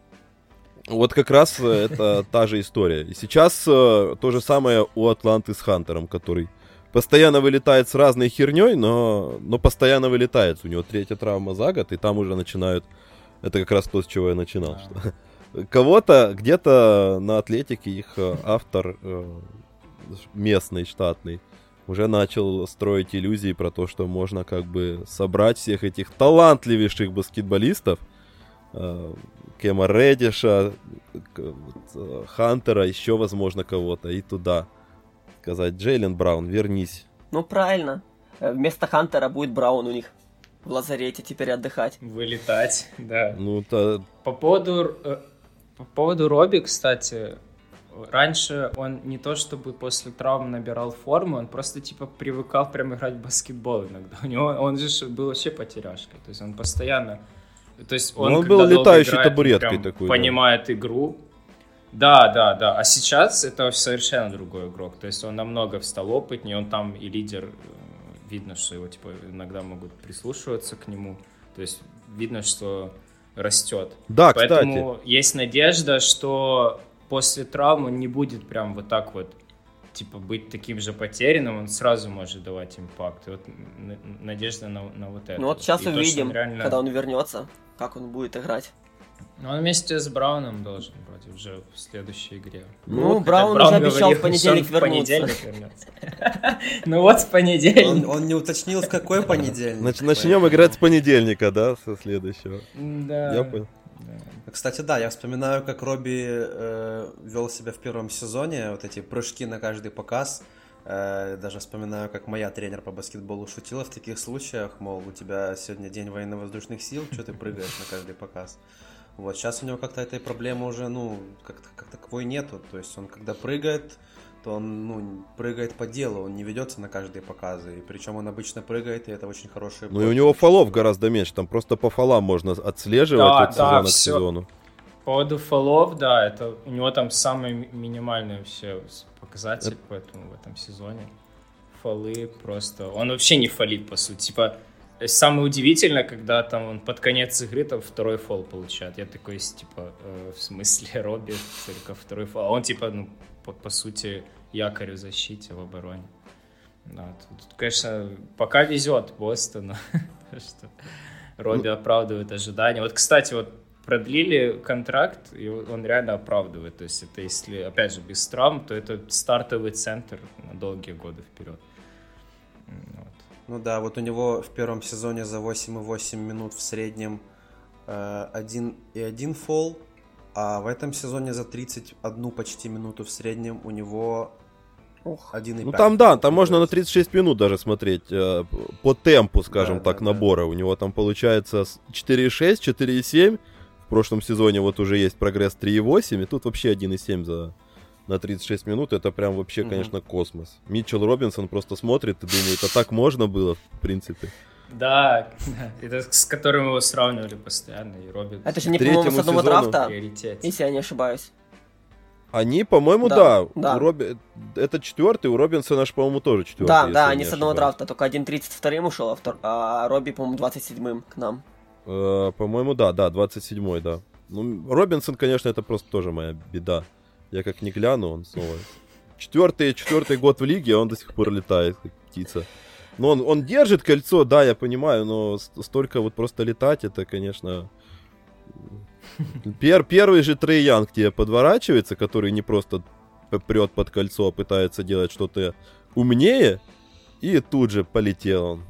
Speaker 3: вот как раз это та же история. И сейчас э, то же самое у Атланты с Хантером, который постоянно вылетает с разной херней, но, но постоянно вылетает. У него третья травма за год, и там уже начинают... Это как раз то, с чего я начинал. Что кого-то где-то на Атлетике их э, автор э, местный, штатный, уже начал строить иллюзии про то, что можно как бы собрать всех этих талантливейших баскетболистов, э, Кема Реддиша, к- вот, э, Хантера, еще, возможно, кого-то, и туда сказать: Джейлен Браун, вернись.
Speaker 5: Ну, правильно. Э, Вместо Хантера будет Браун у них в лазарете теперь отдыхать.
Speaker 2: Вылетать, да.
Speaker 3: Ну, то...
Speaker 2: По поводу, э, по поводу Робби, кстати, раньше он не то чтобы после травм набирал форму, он просто типа привыкал прям играть в баскетбол иногда. У него он же был вообще потеряшкой, то есть он постоянно, то есть он,
Speaker 3: Ну, он
Speaker 2: когда
Speaker 3: был
Speaker 2: долго
Speaker 3: летающей
Speaker 2: играет, он
Speaker 3: табуреткой
Speaker 2: прям
Speaker 3: такой, да.
Speaker 2: понимает игру. Да, да, да. А сейчас это совершенно другой игрок. То есть он намного стал опытнее, он там и лидер. Видно, что его типа иногда могут прислушиваться к нему. То есть видно, что растет.
Speaker 3: Да,
Speaker 2: Поэтому
Speaker 3: кстати.
Speaker 2: есть надежда, что после травмы он не будет прям вот так вот типа быть таким же потерянным, он сразу может давать импакт. И вот н- надежда на, на вот это.
Speaker 5: Ну вот сейчас
Speaker 2: И то, что
Speaker 5: увидим,
Speaker 2: он реально-
Speaker 5: когда он вернется, как он будет играть.
Speaker 2: Ну, он вместе с Брауном должен вроде уже в следующей игре.
Speaker 5: Ну,
Speaker 2: хотя
Speaker 5: Браун уже обещал
Speaker 2: говорил,
Speaker 5: в понедельник
Speaker 2: что он в
Speaker 5: вернуться.
Speaker 2: понедельник вернется. Ну вот в
Speaker 4: Он,
Speaker 2: понедельник.
Speaker 4: он не уточнил, в какой понедельник.
Speaker 3: Нач- начнем
Speaker 4: поэтому-
Speaker 3: играть с понедельника, да, со следующего.
Speaker 2: Да.
Speaker 3: Я понял.
Speaker 2: Да.
Speaker 4: Кстати, да, я вспоминаю, как Робби э, вел себя в первом сезоне, вот эти прыжки на каждый показ. Э, даже вспоминаю, как моя тренер по баскетболу шутила в таких случаях, мол, у тебя сегодня день военно-воздушных сил, что ты прыгаешь на каждый показ? Вот, сейчас у него как-то этой проблемы уже, ну, как, как таковой нету. То есть он когда прыгает, то он, ну, прыгает по делу, он не ведется на каждые показы. И причем он обычно прыгает, и это очень хороший...
Speaker 3: Ну и у него фолов гораздо меньше, там просто по фолам можно отслеживать
Speaker 2: Да,
Speaker 3: от
Speaker 2: да,
Speaker 3: сезона к
Speaker 2: всё.
Speaker 3: сезону.
Speaker 2: По поводу фолов, да, это у него там самый ми- минимальный вообще показатель поэтому в этом сезоне. Фолы просто... Он вообще не фолит, по сути. Типа, самое удивительное, когда там он под конец игры там второй фол получает. Я такой, типа, э, в смысле, Робби только второй фол. А он, типа, ну, по, по сути, якорь в защите, в обороне. Да, тут, конечно, пока везет Бостону, что Робби оправдывает ожидания. Вот, кстати, вот продлили контракт, и он реально оправдывает. То есть это если, опять же, без травм, то это стартовый центр на долгие годы вперед. Вот.
Speaker 4: Ну да, вот у него в первом сезоне за восемь и восемь минут в среднем э, один и один фол, а в этом сезоне за тридцать одну почти минуту в среднем у него
Speaker 5: Ух.
Speaker 4: один и пять.
Speaker 3: Ну там да, там можно на тридцать шесть минут даже смотреть э, по темпу, скажем
Speaker 4: Да,
Speaker 3: так,
Speaker 4: да,
Speaker 3: набора. У него там получается с четыре и шесть, четыре и семь. В прошлом сезоне вот уже есть прогресс три и восемь, и тут вообще один и семь за на тридцать шесть минут. Это прям вообще,
Speaker 4: Мгм.
Speaker 3: конечно, космос. Митчелл Робинсон просто смотрит и думает, а так можно было, в принципе.
Speaker 2: Да, это с которым его сравнивали постоянно, и Робби
Speaker 5: Это же не,
Speaker 3: Третьему
Speaker 5: по-моему, с одного
Speaker 3: сезону
Speaker 5: драфта,
Speaker 2: приоритет.
Speaker 5: если я не ошибаюсь.
Speaker 3: Они, по-моему,
Speaker 5: Да,
Speaker 3: да.
Speaker 5: да.
Speaker 3: У Роби... Это четвертый, у Робинсона ж, по-моему, тоже четвертый.
Speaker 5: Да,
Speaker 3: если
Speaker 5: да,
Speaker 3: я
Speaker 5: они
Speaker 3: не
Speaker 5: с одного
Speaker 3: ошибаюсь.
Speaker 5: драфта, только один тридцать вторым ушел, а, втор... а Робби, по-моему, двадцать седьмым к нам.
Speaker 3: Э, по-моему, да, да, двадцать седьмой, да. Ну, Робинсон, конечно, это просто тоже моя беда. Я как не гляну, он снова... Четвертый, четвертый год в лиге, а он до сих пор летает, как птица. Ну, он, он держит кольцо, да, я понимаю, но с- столько вот просто летать, это, конечно, Пер, первый же Трей Янг к тебе подворачивается, который не просто прет под кольцо, а пытается делать что-то умнее, и тут же полетел он.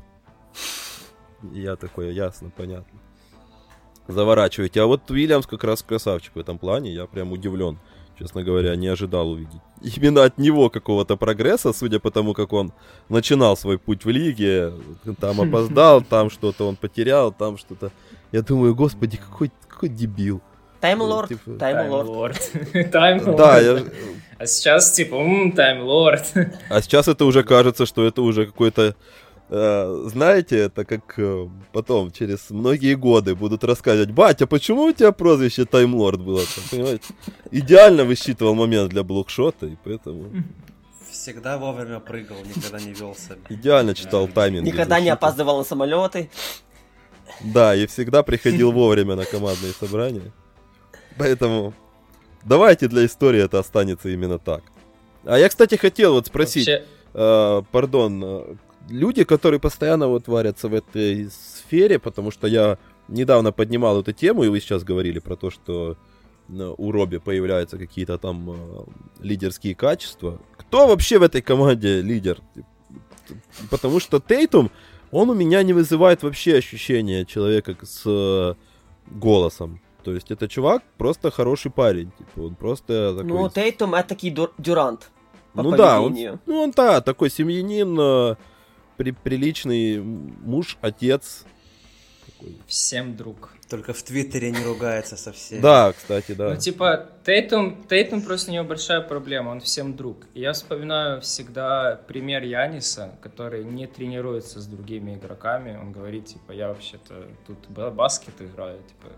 Speaker 3: Я такой, ясно, понятно. Заворачиваете. А вот Уильямс как раз красавчик в этом плане, я прям удивлен. Честно говоря, не ожидал увидеть именно от него какого-то прогресса, судя по тому, как он начинал свой путь в лиге. Там опоздал, там что-то он потерял, там что-то... Я думаю, господи, какой, какой дебил.
Speaker 5: Таймлорд,
Speaker 3: Типа...
Speaker 5: Таймлорд.
Speaker 2: Таймлорд.
Speaker 3: Да, я...
Speaker 2: А сейчас типа, ммм, Таймлорд.
Speaker 3: А сейчас это уже кажется, что это уже какой-то... Uh, знаете, это как uh, потом, через многие годы будут рассказывать: батя, почему у тебя прозвище Таймлорд было? Там, понимаете? Идеально высчитывал момент для блокшота, и поэтому...
Speaker 4: Всегда вовремя прыгал, никогда не велся.
Speaker 3: Идеально читал тайминг.
Speaker 5: Никогда не опаздывал на самолеты.
Speaker 3: Да, и всегда приходил вовремя на командные собрания. Поэтому давайте для истории это останется именно так. А я, кстати, хотел вот спросить,
Speaker 2: Вообще...
Speaker 3: uh, пардон, uh, люди, которые постоянно вот варятся в этой сфере, потому что я недавно поднимал эту тему, и вы сейчас говорили про то, что у Робби появляются какие-то там э, лидерские качества. Кто вообще в этой команде лидер? Потому что Тейтум, он у меня не вызывает вообще ощущения человека с э, голосом. То есть это чувак просто хороший парень. Типа, он просто такой...
Speaker 5: Ну, Тейтум это такой дур- Дюрант. По
Speaker 3: ну да, он,
Speaker 5: поведению.
Speaker 3: ну он да, такой семьянин, э, при, приличный муж, отец. Такой.
Speaker 2: Всем друг.
Speaker 4: Только в Твиттере не ругается со всеми.
Speaker 3: Да, кстати, да.
Speaker 2: Ну, типа, Тейтум, Тейтум просто у него большая проблема, он всем друг. И я вспоминаю всегда пример Яниса, который не тренируется с другими игроками. Он говорит, типа, я вообще-то тут баскет играю, типа.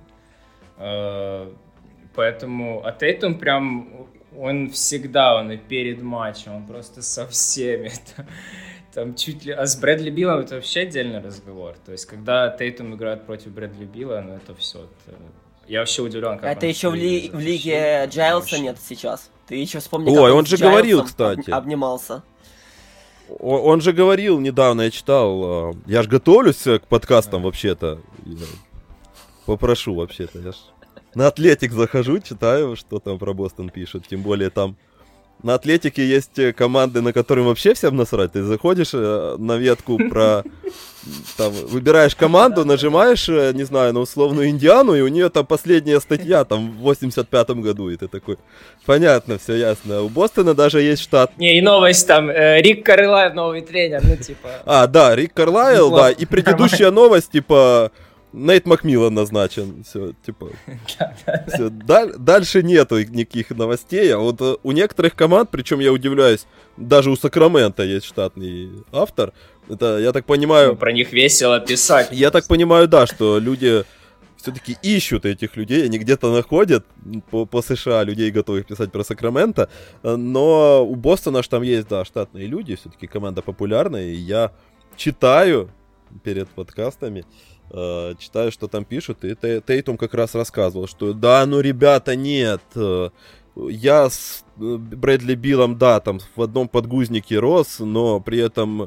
Speaker 2: Э, поэтому, а Тейтум прям, он всегда, он и перед матчем, он просто со всеми. Там чуть ли... А с Брэдли Биллом это вообще отдельный разговор. То есть, когда Тейтум играет против Брэдли Билла, ну это все. Это... Я вообще удивлен, как
Speaker 5: это
Speaker 2: он
Speaker 5: еще в, ли... в лиге Джайлса нет сейчас. Ты еще вспомни,
Speaker 3: Ой,
Speaker 5: как
Speaker 3: он,
Speaker 5: он
Speaker 3: же
Speaker 5: с Джайлсом
Speaker 3: говорил, кстати.
Speaker 5: об... обнимался.
Speaker 3: Он, он же говорил недавно, я читал. Я же готовлюсь к подкастам а. вообще-то. Попрошу вообще-то. Я ж на Атлетик захожу, читаю, что там про Бостон пишут. Тем более там на Атлетике есть команды, на которые вообще всем насрать. Ты заходишь на ветку про... Там, выбираешь команду, нажимаешь, не знаю, на условную Индиану, и у нее там последняя статья, там, в восемьдесят пятом году, и ты такой, понятно, все ясно. У Бостона даже есть штат.
Speaker 2: Не, и новость там, э, Рик Карлайл, новый тренер, ну, типа...
Speaker 3: А, да, Рик Карлайл, да, и предыдущая новость, типа... Нейт Макмиллан назначен, все, типа, все, даль, дальше нету никаких новостей, а вот у некоторых команд, причем я удивляюсь, даже у Сакрамента есть штатный автор, это, я так понимаю...
Speaker 2: Ну, про них весело писать.
Speaker 3: Я так понимаю, да, что люди все-таки ищут этих людей, они где-то находят по, по США людей, готовых писать про Сакраменто, но у Бостона ж там есть, да, штатные люди, все-таки команда популярная, и я читаю перед подкастами, Uh, читаю, что там пишут, и Тейтум как раз рассказывал, что да, ну, ребята, нет, я с Брэдли Биллом, да, там в одном подгузнике рос, но при этом,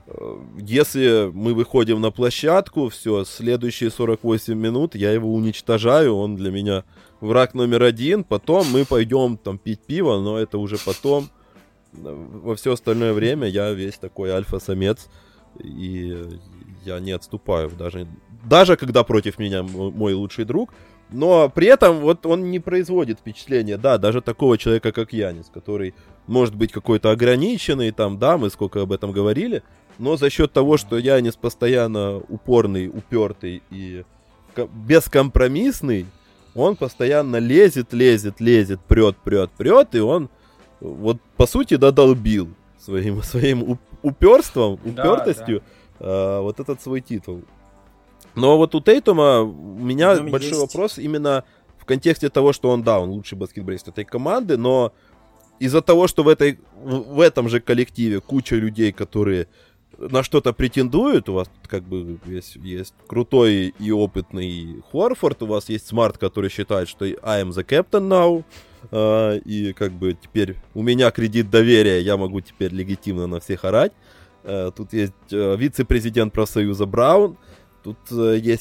Speaker 3: если мы выходим на площадку, все, следующие сорок восемь минут я его уничтожаю, он для меня враг номер один, потом мы пойдем там пить пиво, но это уже потом, во все остальное время я весь такой альфа-самец, и я не отступаю, даже, даже когда против меня мой лучший друг, но при этом вот он не производит впечатления, да, даже такого человека, как Янис, который может быть какой-то ограниченный, там, да, мы сколько об этом говорили, но за счет того, что Янис постоянно упорный, упертый и бескомпромиссный, он постоянно лезет, лезет, лезет, прет, прет, прет, и он вот по сути додолбил своим, своим уперством, упертостью, да, да. А, вот этот свой титул. Но вот у Тейтума у меня Там большой есть. вопрос именно в контексте того, что он, да, он лучший баскетболист этой команды, но из-за того, что в, этой, в этом же коллективе куча людей, которые на что-то претендуют, у вас как бы есть, есть крутой и опытный Хорфорд, у вас есть Смарт, который считает, что I am the captain now, uh, и как бы теперь у меня кредит доверия, я могу теперь легитимно на всех орать. Uh, тут есть uh, вице-президент профсоюза Браун, тут uh, есть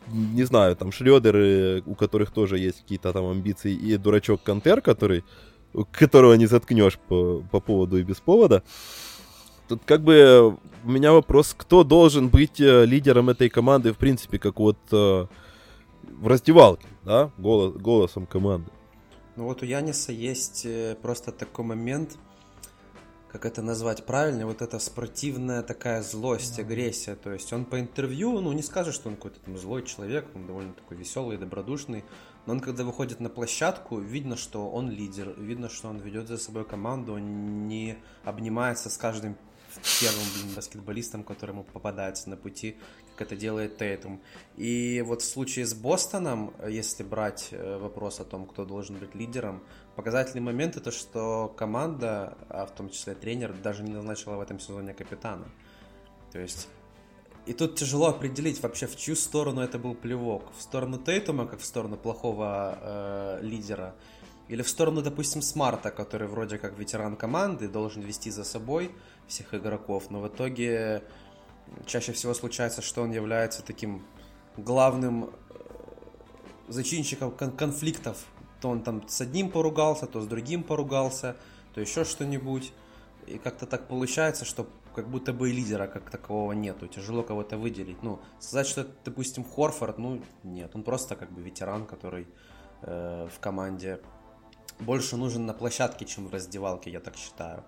Speaker 3: не знаю, там Шрёдер, у которых тоже есть какие-то там амбиции, и дурачок Кантер, который, которого не заткнешь по, по поводу и без повода. Тут как бы у меня вопрос, кто должен быть лидером этой команды, в принципе, как вот э, в раздевалке, да, голос, голосом команды.
Speaker 4: Ну вот у Яниса есть просто такой момент, как это назвать правильно, вот эта спортивная такая злость, агрессия. То есть он по интервью, ну не скажешь, что он какой-то там злой человек, он довольно такой веселый, добродушный, но он когда выходит на площадку, видно, что он лидер, видно, что он ведет за собой команду, он не обнимается с каждым первым, блин, баскетболистом, который ему попадается на пути, как это делает Тейтум. И вот в случае с Бостоном, если брать вопрос о том, кто должен быть лидером, показательный момент это, что команда, а в том числе тренер, даже не назначила в этом сезоне капитана. То есть, и тут тяжело определить вообще, в чью сторону это был плевок. В сторону Тейтума, как в сторону плохого э, лидера, или в сторону, допустим, Смарта, который вроде как ветеран команды, должен вести за собой всех игроков, но в итоге чаще всего случается, что он является таким главным зачинщиком кон- конфликтов. То он там с одним поругался, то с другим поругался, то еще что-нибудь. И как-то так получается, что как будто бы лидера как такового нету. Тяжело кого-то выделить. Ну, сказать, что это, допустим, Хорфорд, ну, нет. Он просто как бы ветеран, который э, в команде больше нужен на площадке, чем в раздевалке, я так считаю.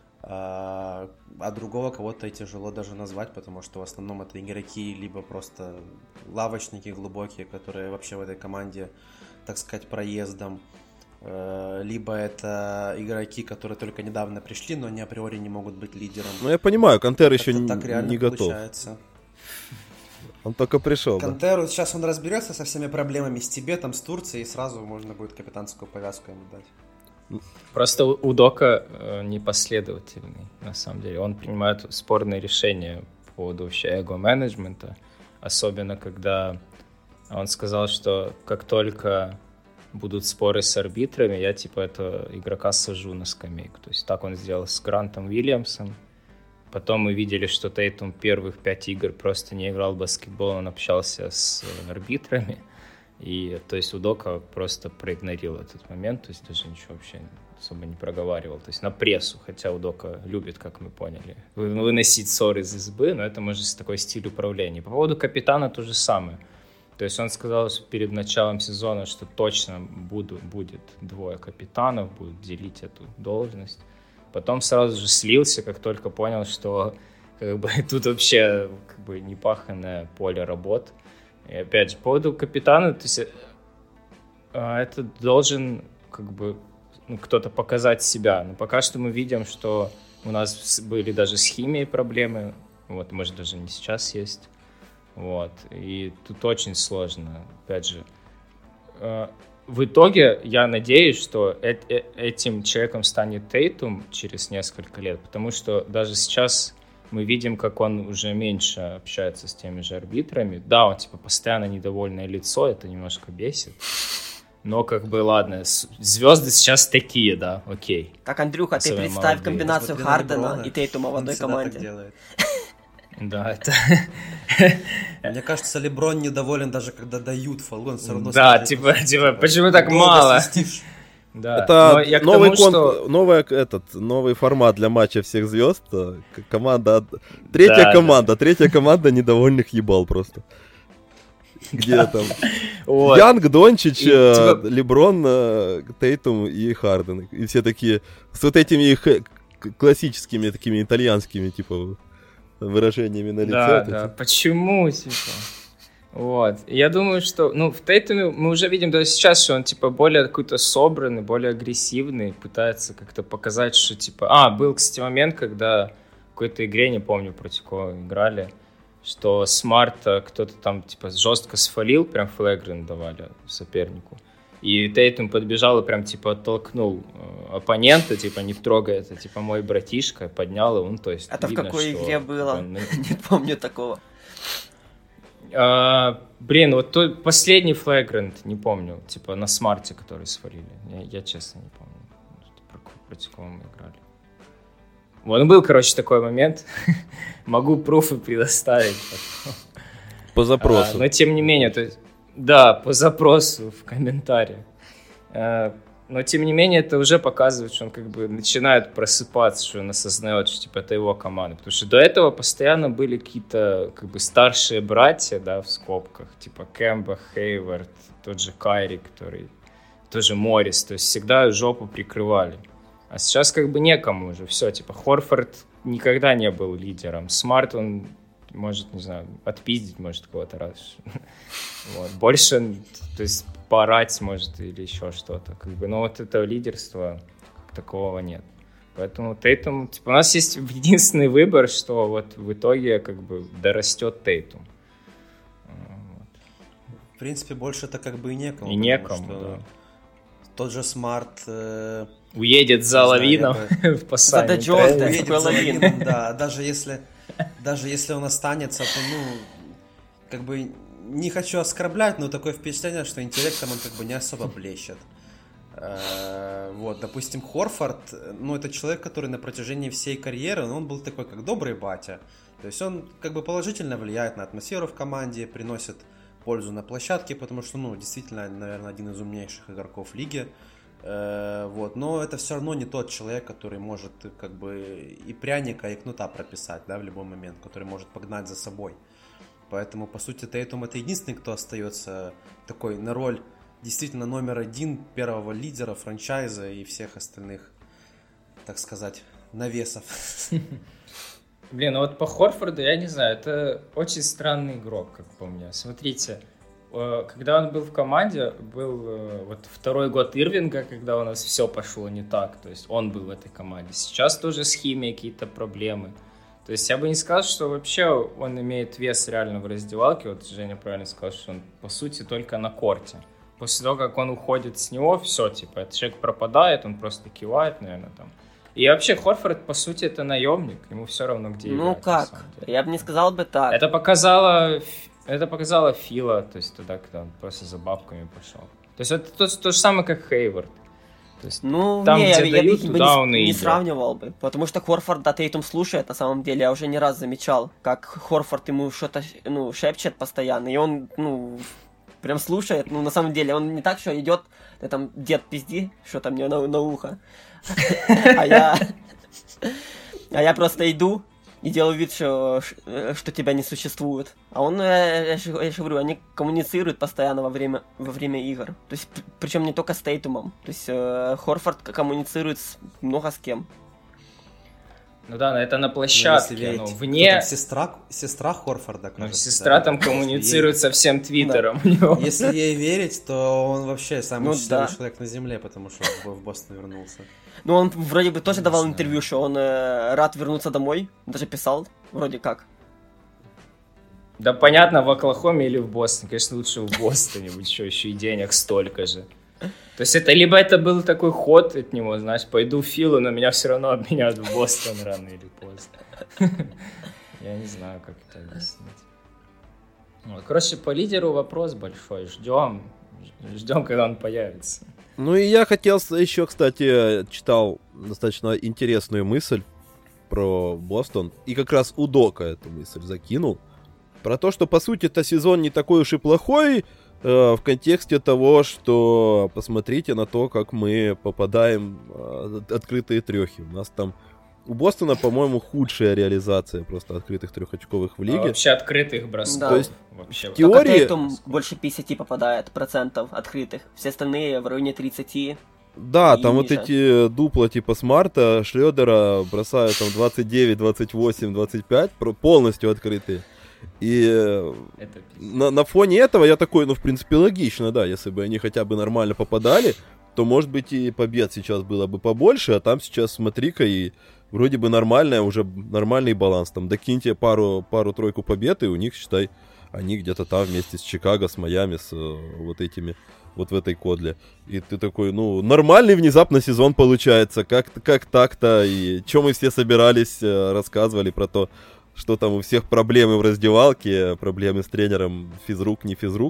Speaker 4: А, а другого кого-то и тяжело даже назвать, потому что в основном это игроки, либо просто лавочники глубокие, которые вообще в этой команде, так сказать, проездом, либо это игроки, которые только недавно пришли, но они априори не могут быть лидером.
Speaker 3: Ну, я понимаю, Кантер еще не,
Speaker 4: так реально
Speaker 3: не готов.
Speaker 4: Получается.
Speaker 3: Он только пришел.
Speaker 4: Кантеру, да? Сейчас он разберется со всеми проблемами с Тибетом, с Турцией, и сразу можно будет капитанскую повязку ему дать.
Speaker 2: Просто у Дока непоследовательный, на самом деле. Он принимает спорные решения по поводу вообще эго-менеджмента, особенно когда он сказал, что как только будут споры с арбитрами, я типа этого игрока сажу на скамейку. То есть так он сделал с Грантом Уильямсом. Потом мы видели, что Тейтум первых пять игр просто не играл в баскетбол, он общался с арбитрами. И то есть Удока просто проигнорил этот момент, то есть даже ничего вообще особо не проговаривал. То есть на прессу, хотя Удока любит, как мы поняли, выносить ссоры из избы, но это, может, такой стиль управления. По поводу капитана то же самое. То есть он сказал перед началом сезона, что точно буду, будет двое капитанов, будут делить эту должность. Потом сразу же слился, как только понял, что как бы, тут вообще как бы непаханное поле работ. И опять же, по поводу капитана, то есть это должен как бы ну, кто-то показать себя. Но пока что мы видим, что у нас были даже с химией проблемы. Вот, может, даже не сейчас есть. Вот. И тут очень сложно. Опять же, в итоге я надеюсь, что э- э- этим человеком станет Тейтум через несколько лет, потому что даже сейчас мы видим, как он уже меньше общается с теми же арбитрами. Да, он типа постоянно недовольное лицо, это немножко бесит. Но как бы ладно, звезды сейчас такие, да, окей.
Speaker 5: Так, Андрюха, ты представь комбинацию Хардена и Тейтума в одной команде.
Speaker 2: Да, это...
Speaker 4: Мне кажется, Леброн недоволен даже когда дают фол, он все равно...
Speaker 2: Да, типа, типа, почему так мало?
Speaker 3: Да. Это новый, тому, кон... что... новый, этот, новый формат для матча всех звезд. Команда... Третья да, команда, да. Третья команда недовольных ебал просто. Где там? Янг, Дончич, Леброн, Тейтум и Харден. И все такие с вот этими их классическими такими итальянскими, типа... выражениями на лице.
Speaker 2: Да, да, почему, типа? Вот. Я думаю, что, ну, в Тейтуме мы уже видим даже сейчас, что он, типа, более какой-то собранный, более агрессивный, пытается как-то показать, что, типа... А, был, кстати, момент, когда в какой-то игре, не помню, против кого играли, что Смарта кто-то там, типа, жестко сфалил, прям флэгрен давали сопернику. И Тейтум подбежал и прям, типа, оттолкнул э, оппонента, типа, не трогай, это, типа, мой братишка, поднял его, ну, то есть...
Speaker 5: Это видно, в какой
Speaker 2: что,
Speaker 5: игре было?
Speaker 2: Он...
Speaker 5: Не помню такого.
Speaker 2: А, блин, вот тот последний флэгрант, не помню, типа, на смарте, который свалили. Я, я честно не помню, против кого мы играли. Вот, ну, был, короче, такой момент. Могу пруфы предоставить.
Speaker 3: По запросу.
Speaker 2: А, но тем не менее, то есть, да, по запросу в комментариях. А, но тем не менее, это уже показывает, что он как бы начинает просыпаться, что он осознает, что типа это его команда. Потому что до этого постоянно были какие-то как бы старшие братья, да, в скобках, типа Кэмпа, Хейвард, тот же Кайри, который тоже Моррис, то есть всегда жопу прикрывали. А сейчас как бы некому уже, все, типа Хорфорд никогда не был лидером. Смарт, он может, не знаю, отпиздить может кого-то раз. Вот. Больше, то есть поорать может или еще что-то. Как бы, но вот этого лидерства как такового нет. Поэтому Тейтум, типа, у нас есть единственный выбор, что вот в итоге как бы дорастет Тейтум. Вот.
Speaker 4: В принципе, больше-то как бы и некому.
Speaker 2: И некому, да.
Speaker 4: Тот же Смарт... Э,
Speaker 2: уедет за Лавином в
Speaker 5: За Даджон,
Speaker 4: уедет за Лавином, да. Даже если, даже если он останется, то, ну, как бы, не хочу оскорблять, но такое впечатление, что интеллектом он как бы не особо блещет. Вот, допустим, Хорфорд, ну, это человек, который на протяжении всей карьеры, ну, он был такой, как добрый батя. То есть он как бы положительно влияет на атмосферу в команде, приносит пользу на площадке, потому что, ну, действительно, наверное, один из умнейших игроков лиги. Э, вот, но это все равно не тот человек, который может как бы и пряника, и кнута прописать, да, в любой момент, который может погнать за собой. Поэтому, по сути, Тейтум это единственный, кто остается такой на роль действительно номер один, первого лидера франчайза и всех остальных, так сказать, навесов.
Speaker 2: Блин, ну вот по Хорфорду, я не знаю, это очень странный игрок, как по мне. Смотрите, когда он был в команде, был вот второй год Ирвинга, когда у нас все пошло не так, то есть он был в этой команде. Сейчас тоже с химией какие-то проблемы. То есть я бы не сказал, что вообще он имеет вес реально в раздевалке. Вот Женя правильно сказал, что он по сути только на корте. После того, как он уходит с него, все, типа, этот человек пропадает, он просто кивает, наверное, там. И вообще Хорфорд, по сути, это наемник, ему все равно, где играть.
Speaker 5: Ну как, я бы не сказал бы так.
Speaker 2: Это показало, это показало Фила, то есть тогда, когда он просто за бабками пошел. То есть это то, то же самое, как Хейвард. То есть
Speaker 5: ну,
Speaker 2: там,
Speaker 5: не,
Speaker 2: где
Speaker 5: я,
Speaker 2: дают,
Speaker 5: я бы
Speaker 2: туда
Speaker 5: не,
Speaker 2: он и
Speaker 5: не
Speaker 2: идет.
Speaker 5: сравнивал бы, потому что Хорфорд, да, Тейтум слушает, на самом деле, я уже не раз замечал, как Хорфорд ему что-то, ну, шепчет постоянно, и он, ну, прям слушает, ну, на самом деле, он не так, что идет, ты там, дед, пизди, что-то мне на, на ухо, а я... А я просто иду и делаю вид, что, что тебя не существует. А он, я же, я же говорю, они коммуницируют постоянно во время, во время игр. То есть, причем не только с Тейтумом. То есть, э, Хорфорд коммуницирует с, много с кем.
Speaker 2: Ну да, но это на площадке, ну, вне...
Speaker 4: Сестра, сестра Хорфорда, кажется.
Speaker 2: Ну, сестра да, там коммуницирует со всем Твиттером. Да.
Speaker 4: Если ей верить, то он вообще самый
Speaker 5: ну,
Speaker 4: счастливый
Speaker 5: да.
Speaker 4: человек на земле, потому что в Бостон вернулся.
Speaker 5: Ну, он вроде бы тоже не давал знаю. интервью, что он э, рад вернуться домой. Даже писал, вроде как.
Speaker 2: Да понятно, в Оклахоме или в Бостоне. Конечно, лучше в Бостоне, ведь что, еще и денег столько же. То есть это либо это был такой ход от него, знаешь, пойду в Филу, но меня все равно обменяют в Бостон рано или поздно. Я не знаю, как это объяснить. Вот. Короче, по лидеру вопрос большой. Ждем, ждем, когда он появится.
Speaker 3: Ну и я хотел еще, кстати, читал достаточно интересную мысль про Бостон. И как раз у Дока эту мысль закинул. Про то, что, по сути, это сезон не такой уж и плохой, в контексте того, что посмотрите на то, как мы попадаем в открытые трехи. У нас там у Бостона, по-моему, худшая реализация просто открытых трехочковых в лиге. А
Speaker 2: вообще открытых бросков. Да.
Speaker 3: То есть
Speaker 2: вообще.
Speaker 3: В теории...
Speaker 5: Только Тейтум больше пятьдесят попадает процентов открытых. Все остальные в районе тридцать.
Speaker 3: Да, там ниже. Вот эти дупла типа Смарта, Шрёдера бросают там двадцать девять, двадцать восемь, двадцать пять, полностью открытые. И на, на фоне этого я такой, ну, в принципе, логично, да, если бы они хотя бы нормально попадали, то, может быть, и побед сейчас было бы побольше, а там сейчас, смотри-ка, и вроде бы нормальная, уже нормальный баланс, там, докиньте пару, пару-тройку побед, и у них, считай, они где-то там вместе с Чикаго, с Майами, с вот этими, вот в этой кодле. И ты такой, ну, нормальный внезапно сезон получается, как, как так-то, и что мы все собирались, рассказывали про то, что там у всех проблемы в раздевалке, проблемы с тренером, физрук, не физрук.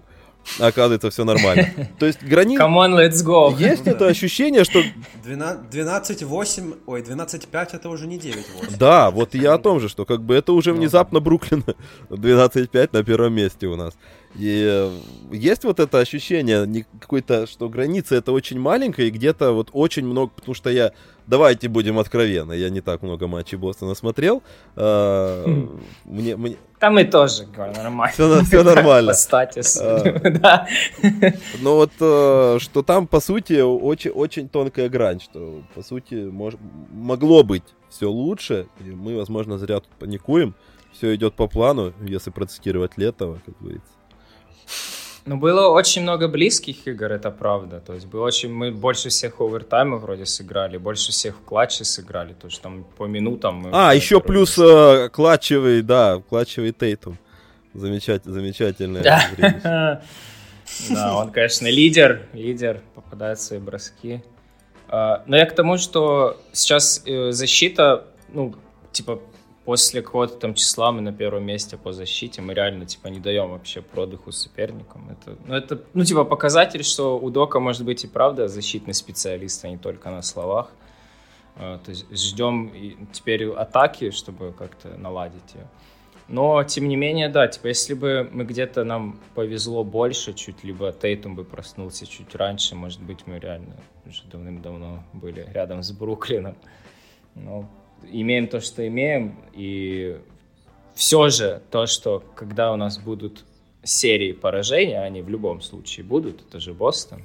Speaker 3: а оказывается все нормально. То есть граница...
Speaker 2: Come on, let's go.
Speaker 3: Есть это ощущение, что...
Speaker 4: двенадцать восемь, ой, двенадцать пять это уже не девять восемь.
Speaker 3: Да, вот я о том же, что как бы это уже внезапно Бруклин двенадцать пять на первом месте у нас. И есть вот это ощущение не какой-то, что граница это очень маленькая и где-то вот очень много, потому что я, давайте будем откровенны, я не так много матчей Бостона смотрел. А, мне, мне...
Speaker 2: Там и тоже нормально.
Speaker 3: Все, все нормально.
Speaker 2: По статусу. Да.
Speaker 3: Но вот что там, по сути, очень, очень тонкая грань, что, по сути, мож... могло быть все лучше, и мы, возможно, зря тут паникуем. Все идет по плану, если процитировать Летова, как говорится.
Speaker 2: Ну, было очень много близких игр, это правда. То есть было очень, мы больше всех овертаймов вроде сыграли, больше всех в клатче сыграли. То есть там по минутам... Мы
Speaker 3: а, еще плюс э, клатчевый, да, клатчевый Тейтум. Замечать, замечательное зрелище.
Speaker 2: Да, он, конечно, лидер, лидер, попадает в свои броски. Но я к тому, что сейчас защита, ну, типа, после какого-то там числа мы на первом месте по защите, мы реально, типа, не даем вообще продыху соперникам. Это, ну, это, ну, типа, показатель, что у Дока может быть и правда защитный специалист, а не только на словах. То есть ждем теперь атаки, чтобы как-то наладить ее. Но, тем не менее, да, типа, если бы мы где-то нам повезло больше чуть, либо Тейтум бы проснулся чуть раньше, может быть, мы реально уже давным-давно были рядом с Бруклином. Но имеем то, что имеем, и все же то, что когда у нас будут серии поражений, а они в любом случае будут, это же Бостон,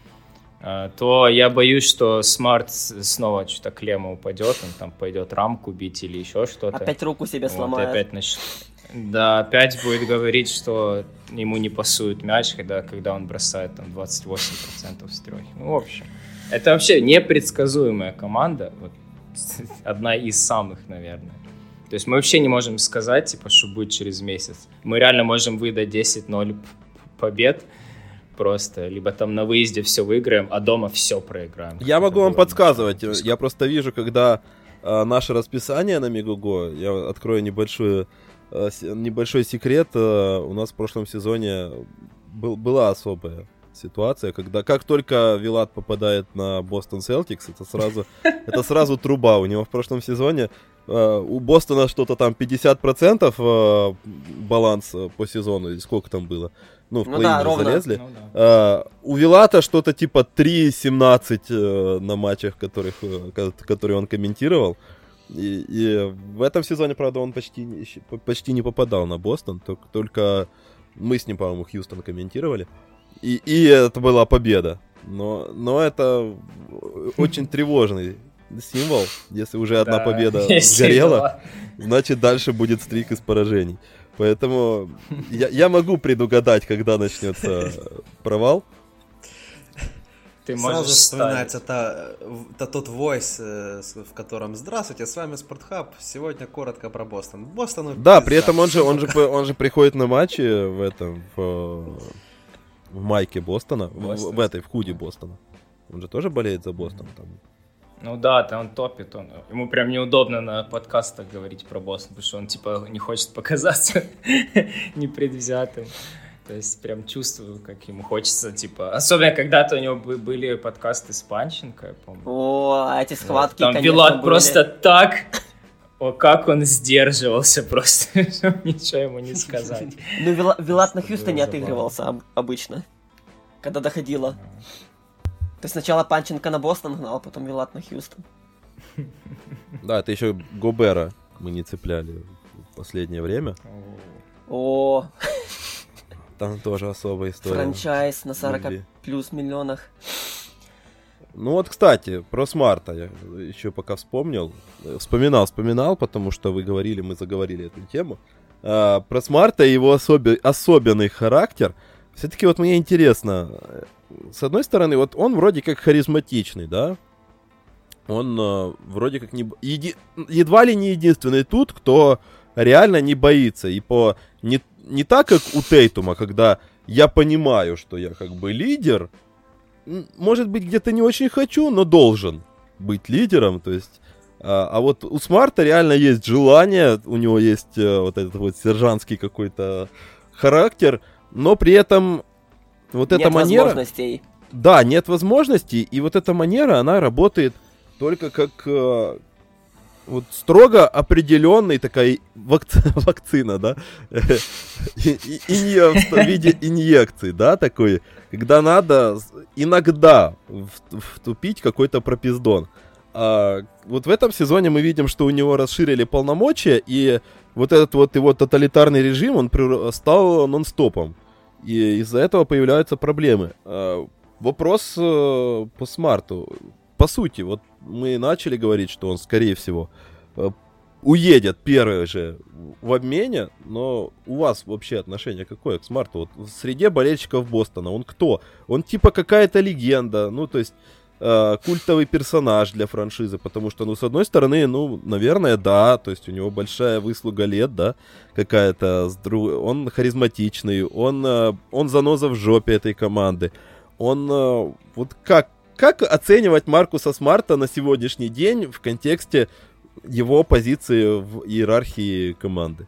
Speaker 2: то я боюсь, что Смарт снова что-то клемма упадет, он там пойдет рамку бить или еще что-то.
Speaker 5: Опять руку себе
Speaker 2: вот,
Speaker 5: сломает.
Speaker 2: Опять нач... Да, опять будет говорить, что ему не пасует мяч, когда, когда он бросает там двадцать восемь процентов с трех. Ну, в общем, это вообще непредсказуемая команда, вот, одна из самых, наверное. То есть мы вообще не можем сказать, типа, что будет через месяц. Мы реально можем выдать десять ноль побед, просто, либо там на выезде все выиграем, а дома все проиграем.
Speaker 3: Я могу вам подсказывать, я просто вижу, когда э, наше расписание на Мегого, я открою небольшую, э, небольшой секрет, э, у нас в прошлом сезоне был, была особая ситуация, когда как только Вилат попадает на Бостон Селтикс, это сразу, это сразу труба. У него в прошлом сезоне э, у Бостона что-то там пятьдесят процентов э, баланс по сезону, или сколько там было. Ну, в
Speaker 5: ну
Speaker 3: плей-ин
Speaker 5: да,
Speaker 3: залезли.
Speaker 2: Ну, да.
Speaker 3: а, у Вилата что-то типа три семнадцать э, на матчах, которых, э, которые он комментировал. И, и в этом сезоне, правда, он почти, почти не попадал на Бостон. Только, только мы с ним, по-моему, Хьюстон комментировали. И, и это была победа. Но, но это очень тревожный символ. Если уже одна
Speaker 2: Да,
Speaker 3: победа сгорела, значит дальше будет стрик из поражений. Поэтому я, я могу предугадать, когда начнется провал.
Speaker 2: Ты
Speaker 4: Сразу
Speaker 2: можешь
Speaker 4: вспоминается та, та, тот войс, в котором «Здравствуйте, с вами Спортхаб, сегодня коротко про Бостон». Бостону
Speaker 3: Да,
Speaker 4: пизда.
Speaker 3: при этом он же, он, же, он же приходит на матчи в этом, в, в майке Бостона, в, в этой, в худи Бостона. Он же тоже болеет за Бостон там.
Speaker 2: Ну да, там он топит, он, ему прям неудобно на подкастах говорить про Бостон, потому что он типа не хочет показаться непредвзятым. То есть прям чувствую, как ему хочется, типа... Особенно когда-то у него были подкасты с Панченко, я помню.
Speaker 5: О, эти схватки,
Speaker 2: вот, там
Speaker 5: конечно,
Speaker 2: Вилат
Speaker 5: были.
Speaker 2: просто так... О, как он сдерживался просто, чтобы ничего ему не сказать.
Speaker 5: Ну, Вилат на Хьюстоне отыгрывался обычно, когда доходило. То есть сначала Панченко на Бостон гнал, потом Вилат на Хьюстон.
Speaker 3: Да, это еще Гобера мы не цепляли в последнее время.
Speaker 5: О,
Speaker 3: Там тоже особая история.
Speaker 5: франчайз на сорок
Speaker 3: Любви.
Speaker 5: плюс миллионах.
Speaker 3: Ну вот, кстати, про Смарта я еще пока вспомнил. Вспоминал, вспоминал, потому что вы говорили, мы заговорили эту тему. А, про Смарта и его особи- особенный характер. Все-таки вот мне интересно, с одной стороны, вот он вроде как харизматичный, да? Он э, вроде как не... Еди... Едва ли не единственный тут, кто реально не боится. И по... Не, не так, как у Тейтума, когда я понимаю, что я как бы лидер, может быть, где-то не очень хочу, но должен быть лидером. То есть... А, а вот у Смарта реально есть желание, у него есть э, вот этот вот сержантский какой-то характер, но при этом Вот
Speaker 5: нет
Speaker 3: эта манера...
Speaker 5: возможностей.
Speaker 3: Да, нет возможностей, и вот эта манера, она работает только как э, вот строго определенная такая вакци- вакцина, да, и, и, и в виде инъекции, да, такой, когда надо иногда втупить какой-то пропиздон. А вот в этом сезоне мы видим, что у него расширили полномочия, и вот этот вот его тоталитарный режим, он стал нон-стопом. И из-за этого появляются проблемы. А, вопрос э, по Смарту. По сути, вот мы начали говорить, что он, скорее всего, э, уедет первый же в обмене, но у вас вообще отношение какое к Смарту? Вот в среде болельщиков Бостона он кто? Он типа какая-то легенда, ну, то есть э, культовый персонаж для франшизы, потому что, ну, с одной стороны, ну, наверное, да, то есть у него большая выслуга лет, да, какая-то, с друг... он харизматичный, он, э, он заноза в жопе этой команды, он, э, вот как, как оценивать Маркуса Смарта на сегодняшний день в контексте его позиции в иерархии команды?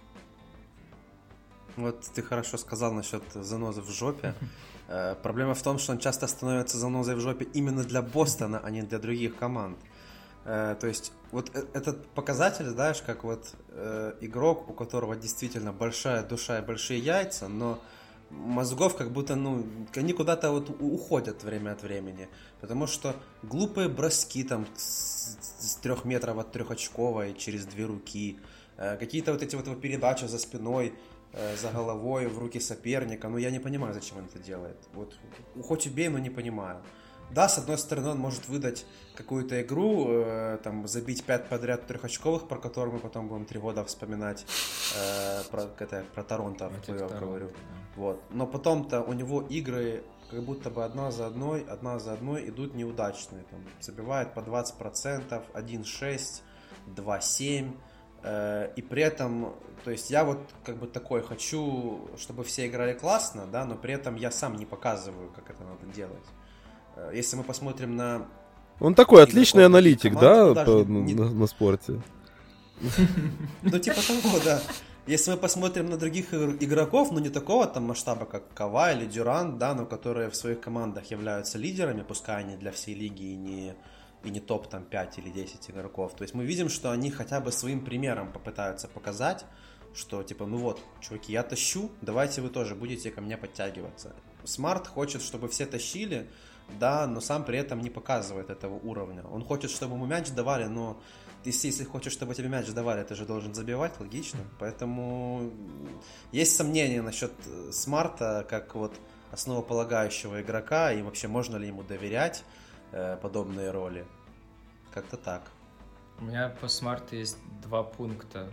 Speaker 4: Вот ты хорошо сказал насчет занозы в жопе. Э, проблема в том, что он часто становится занозой в жопе именно для Бостона, а не для других команд. Э, то есть вот э- этот показатель, знаешь, как вот э, игрок, у которого действительно большая душа и большие яйца, но мозгов как будто, ну, они куда-то вот уходят время от времени. Потому что глупые броски там с, с трех метров от трехочковой через две руки, э, какие-то вот эти вот его передачи за спиной, э, за головой в руки соперника. Ну, я не понимаю, зачем он это делает. Вот, хоть убей, но не понимаю. Да, с одной стороны, он может выдать какую-то игру, э, там, забить пять подряд трехочковых, про которые мы потом будем три года вспоминать, э, про, это, про Торонто, я говорю. Вот. Но потом-то у него игры как будто бы одна за одной, одна за одной идут неудачные. Там, забивает по двадцать процентов, один шесть, два семь. Э, и при этом, то есть я вот как бы такой хочу, чтобы все играли классно, да, но при этом я сам не показываю, как это надо делать. Если мы посмотрим на...
Speaker 3: Он такой отличный аналитик,
Speaker 4: команд,
Speaker 3: да,
Speaker 4: по,
Speaker 3: не... на, на спорте?
Speaker 4: Ну, типа того, да. Если мы посмотрим на других игроков, ну, не такого там масштаба, как Кавай или Дюрант, да, но которые в своих командах являются лидерами, пускай они для всей лиги и не, и не топ там пять или десять игроков. То есть мы видим, что они хотя бы своим примером попытаются показать, что, типа, ну вот, чуваки, я тащу, давайте вы тоже будете ко мне подтягиваться. Смарт хочет, чтобы все тащили, да, но сам при этом не показывает этого уровня. Он хочет, чтобы ему мяч давали, но если, если хочешь, чтобы тебе мяч давали, ты же должен забивать, логично. Поэтому есть сомнения насчет Смарта, как вот основополагающего игрока, и вообще можно ли ему доверять э, подобные роли. Как-то так.
Speaker 2: У меня по Смарту есть два пункта.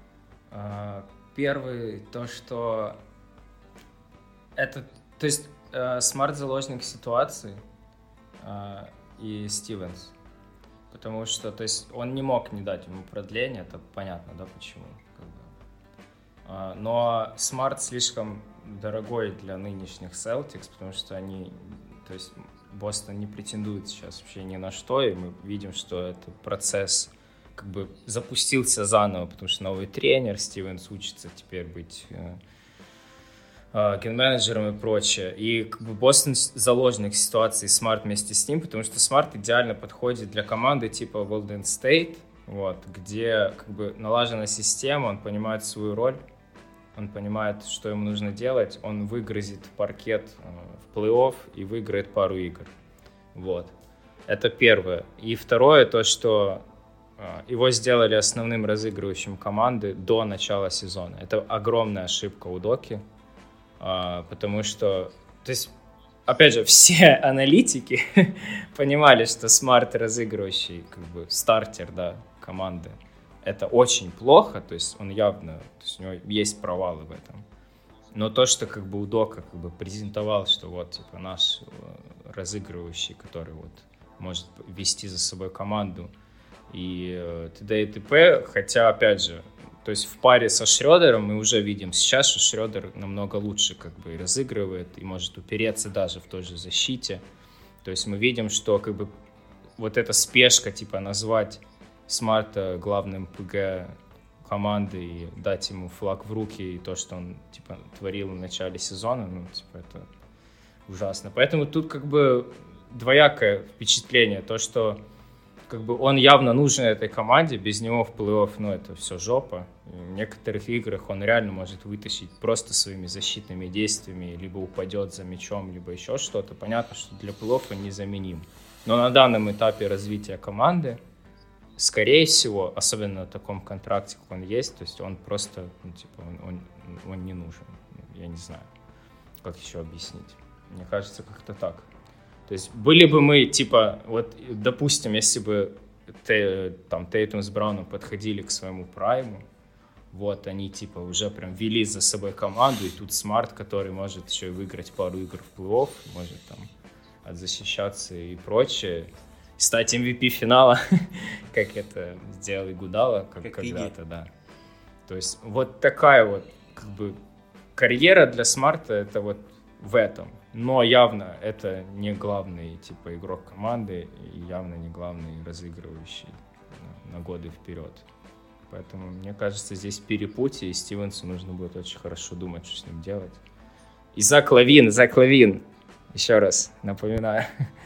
Speaker 2: Первый, то, что это, то есть Смарт заложник ситуации э, и Стивенс. Потому что, то есть, он не мог не дать ему продление, это понятно, да, почему. Как бы. э, но Смарт слишком дорогой для нынешних Celtics, потому что они, то есть, Бостон не претендует сейчас вообще ни на что, и мы видим, что этот процесс как бы запустился заново, потому что новый тренер, Стивенс учится теперь быть... Э, ген-менеджером и прочее. И как бы Бостон заложник ситуации, Смарт вместе с ним, потому что Смарт идеально подходит для команды типа Golden State, вот, где как бы налажена система, он понимает свою роль, он понимает, что ему нужно делать, он выгрызет паркет в плей-офф и выиграет пару игр. Вот. Это первое. И второе, то, что его сделали основным разыгрывающим команды до начала сезона. Это огромная ошибка у Доки. Uh, потому что, то есть, опять же, все аналитики понимали, что Смарт разыгрывающий, как бы, стартер, да, команды, это очень плохо, то есть он явно, то есть у него есть провалы в этом. Но то, что как бы у Дока как бы презентовал, что вот, типа, наш разыгрывающий, который вот может вести за собой команду и э, т.д. и т.п., хотя, опять же, то есть в паре со Шрёдером мы уже видим сейчас, что Шрёдер намного лучше как бы разыгрывает и может упереться даже в той же защите. То есть мы видим, что как бы вот эта спешка, типа назвать Смарта главным ПГ команды и дать ему флаг в руки, и то, что он типа творил в начале сезона, ну типа это ужасно. Поэтому тут как бы двоякое впечатление. То, что как бы он явно нужен этой команде, без него в плей-офф, ну, это все жопа. В некоторых играх он реально может вытащить просто своими защитными действиями, либо упадет за мячом, либо еще что-то. Понятно, что для плей-офф он незаменим. Но на данном этапе развития команды, скорее всего, особенно на таком контракте, как он есть, то есть он просто, ну, типа, он, он, он не нужен. Я не знаю, как еще объяснить. Мне кажется, как-то так. То есть были бы мы, типа, вот, допустим, если бы те, там Тейтум с Брауном подходили к своему прайму, вот, они, типа, уже прям вели за собой команду, и тут Смарт, который может еще и выиграть пару игр в плей-офф, может там отзащищаться и прочее, стать эм ви пи финала, как это сделал Игудала, как, как когда-то, да. То есть вот такая вот, как бы, карьера для Смарта, это вот в этом. Но явно это не главный, типа, игрок команды и явно не главный разыгрывающий на, на годы вперед. Поэтому, мне кажется, здесь перепутье, и Стивенсу нужно будет очень хорошо думать, что с ним делать. И Зак Лавин, Зак Лавин, еще раз напоминаю.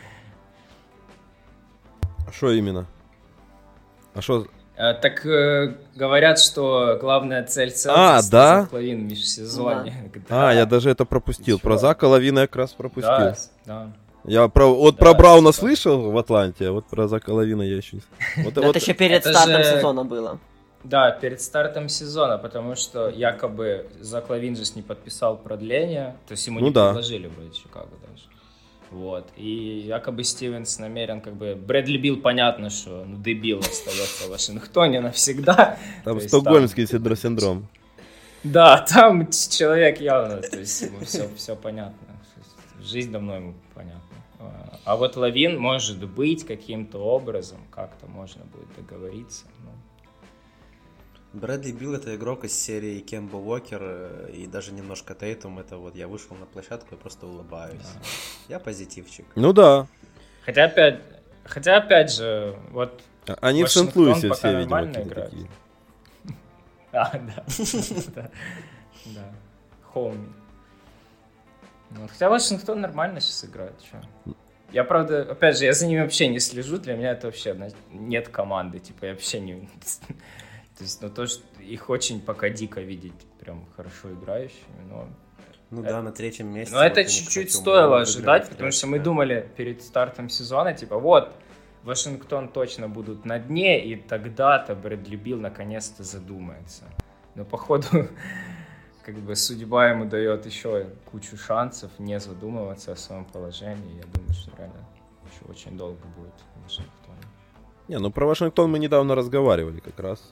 Speaker 3: А что именно? А что...
Speaker 2: А, так э, говорят, что главная цель Селтикс
Speaker 3: а,
Speaker 2: это
Speaker 3: да?
Speaker 2: Зак Лавин в межсезонье.
Speaker 3: Да. А, я даже это пропустил. Про Зака Лавина я как раз пропустил.
Speaker 2: Да, да.
Speaker 3: Я про, вот
Speaker 2: да,
Speaker 3: про Брауна
Speaker 2: да.
Speaker 3: слышал в Атланте, а вот про Зака Лавина я еще не
Speaker 5: слышал. Это еще перед стартом сезона было.
Speaker 2: Да, перед стартом сезона, потому что якобы Зак Лавин же не подписал продление, то есть ему
Speaker 3: ну
Speaker 2: не
Speaker 3: да.
Speaker 2: предложили вроде Чикаго даже. Вот, и якобы Стивенс намерен, как бы, Брэдли Билл, понятно, что, ну, дебил остается в Вашингтоне навсегда.
Speaker 3: Там стокгольмский там... синдром.
Speaker 2: Да, там человек явно, то есть ему все, все понятно, жизнь давно ему понятна. А вот Лавин, может быть, каким-то образом, как-то можно будет договориться, ну.
Speaker 4: Брэдли Билл — это игрок из серии Кемба Уокер и даже немножко Тейтум. Это вот я вышел на площадку и просто улыбаюсь. Да. Я позитивчик.
Speaker 3: Ну да.
Speaker 2: Хотя опять, хотя опять же, вот
Speaker 3: они в Сент-Луисе все, видимо, такие.
Speaker 2: А, да. Да. Хоуми. Хотя Вашингтон нормально сейчас играет. Я, правда, опять же, я за ними вообще не слежу. Для меня это вообще нет команды. Типа, я вообще не... То есть, ну, то, что их очень пока дико видеть прям хорошо играющими, но...
Speaker 4: Ну это... да, на третьем месте.
Speaker 2: Но вот это чуть-чуть стоило ожидать, потому что мы думали перед стартом сезона, типа, вот, Вашингтон точно будут на дне, и тогда-то Брэдли Билл наконец-то задумается. Но, походу, как бы судьба ему дает еще кучу шансов не задумываться о своем положении. Я думаю, что реально еще очень долго будет Вашингтон.
Speaker 3: Не, ну про Вашингтон мы недавно разговаривали как раз.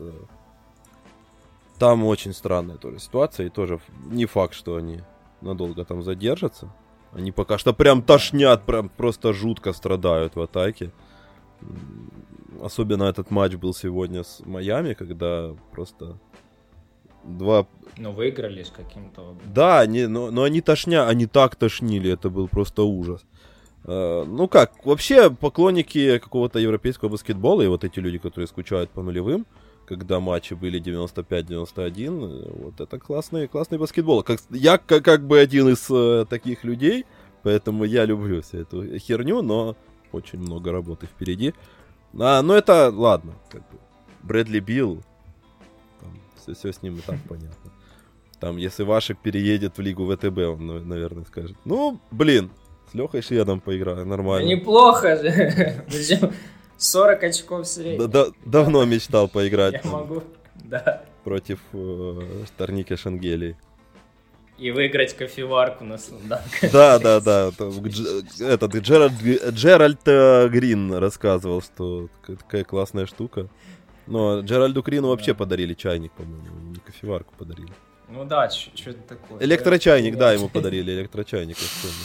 Speaker 3: Там очень странная тоже ситуация, и тоже не факт, что они надолго там задержатся. Они пока что прям тошнят, прям просто жутко страдают в атаке. Особенно этот матч был сегодня с Майами, когда просто два...
Speaker 2: Ну, выиграли с каким-то...
Speaker 3: Да, не, но, но они тошня, они так тошнили, это был просто ужас. Ну как, вообще поклонники какого-то европейского баскетбола и вот эти люди, которые скучают по нулевым, когда матчи были девяносто пять девяносто один, вот это классный, классный баскетбол. Как, я как, как бы один из э, таких людей, поэтому я люблю всю эту херню, но очень много работы впереди. А, ну это, ладно, как бы, Брэдли Билл, там, все, все с ним и так понятно. Там, если Вашек переедет в лигу вэ тэ бэ, он, наверное, скажет, ну, блин, с Лехой Шведом поиграю, нормально.
Speaker 2: Да неплохо же. сорок очков в среднем.
Speaker 3: Да, да, давно мечтал поиграть.
Speaker 2: Я могу, да.
Speaker 3: Против э, Тарники Шангелии.
Speaker 2: И выиграть кофеварку на Сланданг.
Speaker 3: Да, да, да. Этот Джеральд, Джеральд э, Грин рассказывал, что такая классная штука. Но Джеральду Грину вообще подарили чайник, по-моему. Не кофеварку подарили.
Speaker 2: Ну да, что-то такое.
Speaker 3: Электрочайник, да, ему подарили. Электрочайник.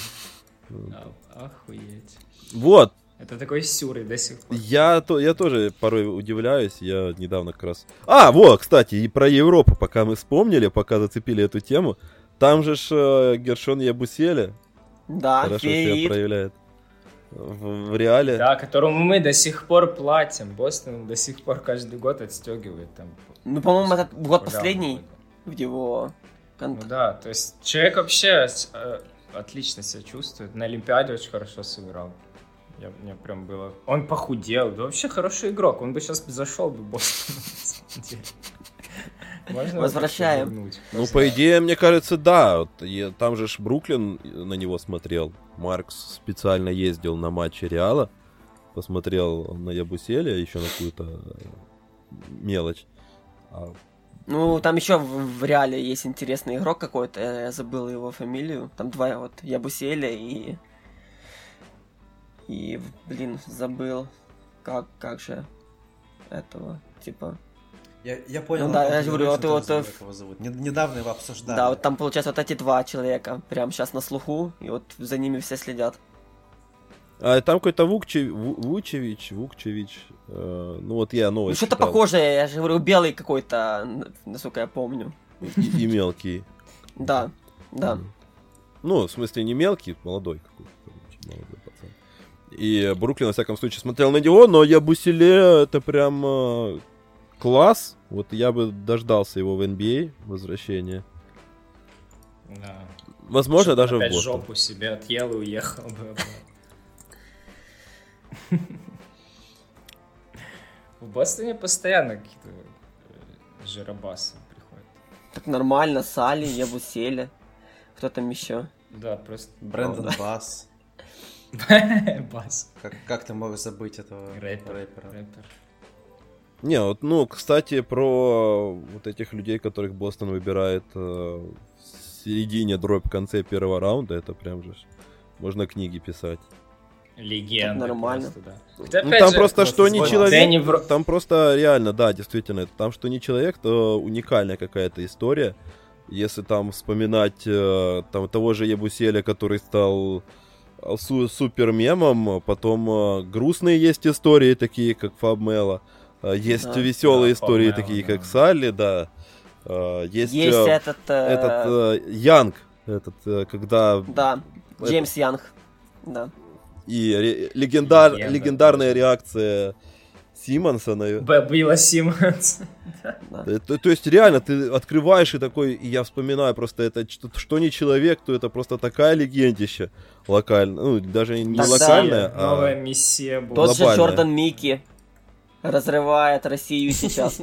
Speaker 2: Охуеть.
Speaker 3: Вот.
Speaker 2: Это такой сюрый до сих пор.
Speaker 3: Я, то, я тоже порой удивляюсь. Я недавно как раз... А, вот, кстати, и про Европу, пока мы вспомнили, пока зацепили эту тему. Там же ж э, Гершон Ябусели.
Speaker 5: Да,
Speaker 3: хорошо
Speaker 5: феерит.
Speaker 3: себя проявляет. В, в Реале.
Speaker 2: Да, которому мы до сих пор платим. Бостон до сих пор каждый год отстегивает там.
Speaker 5: Ну, по-моему, этот год последний в его
Speaker 2: контракте. Ну да, то есть человек вообще... отлично себя чувствует. На Олимпиаде очень хорошо сыграл. Я, мне прям было... Он похудел. Да вообще хороший игрок. Он бы сейчас зашел бы в Бостон. Можно
Speaker 5: Возвращаем.
Speaker 3: Ну, по идее, мне кажется, да. Вот, я, там же ж Бруклин на него смотрел. Маркс специально ездил на матчи Реала. Посмотрел на Ябуселя, еще на какую-то мелочь. А...
Speaker 5: Ну, там еще в, в Реале есть интересный игрок какой-то. Я забыл его фамилию. Там два вот Ябуселя и... И, блин, забыл. Как, как же этого, типа...
Speaker 4: Я, я понял,
Speaker 5: ну, да, я же говорю, вот, вот,
Speaker 4: зовут, его зовут. Недавно его обсуждали.
Speaker 5: Да, вот там, получается, вот эти два человека прямо сейчас на слуху, и вот за ними все следят.
Speaker 3: А там какой-то Вукчев... Вучевич, Вукчевич, э, ну вот я новость
Speaker 5: Ну, что-то
Speaker 3: читал.
Speaker 5: похожее, я же говорю, белый какой-то, насколько я помню.
Speaker 3: И, и мелкий.
Speaker 5: Да, да.
Speaker 3: Ну, в смысле, не мелкий, молодой какой-то. Молодой пацан. И Бруклин, во всяком случае, смотрел на него, но Ябуселе это прям э, класс. Вот я бы дождался его в эн би эй, возвращения.
Speaker 2: Да.
Speaker 3: Возможно,
Speaker 2: Чтобы
Speaker 3: даже в
Speaker 2: опять
Speaker 3: Бостон.
Speaker 2: жопу себе отъел и уехал бы. В Бостоне постоянно какие-то жиробасы приходят.
Speaker 5: Так нормально, Салли, Ябуселя. Кто там еще?
Speaker 2: Да, просто...
Speaker 4: Брэндон Басс.
Speaker 2: Бас.
Speaker 4: Как, как ты мог забыть этого
Speaker 2: Рэпер.
Speaker 4: рэпера?
Speaker 2: Рэпер.
Speaker 3: Не, вот, ну, кстати, про вот этих людей, которых Бостон выбирает э, в середине, дробь в конце первого раунда, это прям же можно книги писать.
Speaker 2: Легенда.
Speaker 5: Так нормально.
Speaker 2: Просто, да. Хотя,
Speaker 3: Ну,
Speaker 2: опять
Speaker 3: там
Speaker 2: же,
Speaker 3: просто что
Speaker 2: вот
Speaker 3: не
Speaker 2: вот
Speaker 3: человек,
Speaker 2: Дэнни Вро-
Speaker 3: там просто реально, да, действительно, там что не человек, то уникальная какая-то история. Если там вспоминать э, там, того же Ябуселя, который стал су- супер мемом, потом э, грустные есть истории, такие как Фаб Мело, э, есть
Speaker 5: Да.
Speaker 3: веселые
Speaker 2: Да,
Speaker 3: истории,
Speaker 2: Фаб
Speaker 3: такие
Speaker 2: Мело,
Speaker 3: как
Speaker 2: да.
Speaker 3: Салли, да. Э, есть
Speaker 5: Есть
Speaker 3: э,
Speaker 5: этот... э,
Speaker 3: этот э, Янг, этот, э, когда...
Speaker 5: Да,
Speaker 3: это-
Speaker 5: Джеймс Янг. Да.
Speaker 3: И ре- легендар,
Speaker 2: Легенда
Speaker 3: легендарная
Speaker 2: тоже.
Speaker 3: реакция Симмонса на...
Speaker 2: Б- Билла Симмонс.
Speaker 3: Да, То, то есть реально ты открываешь и такой, и я вспоминаю просто это, что, что не человек, то это просто такая легендища локальная, ну даже не
Speaker 5: Да-да.
Speaker 3: локальная, а
Speaker 2: Новая миссия была.
Speaker 5: Тот же
Speaker 3: Глобальная.
Speaker 5: Джордан Микки разрывает Россию сейчас.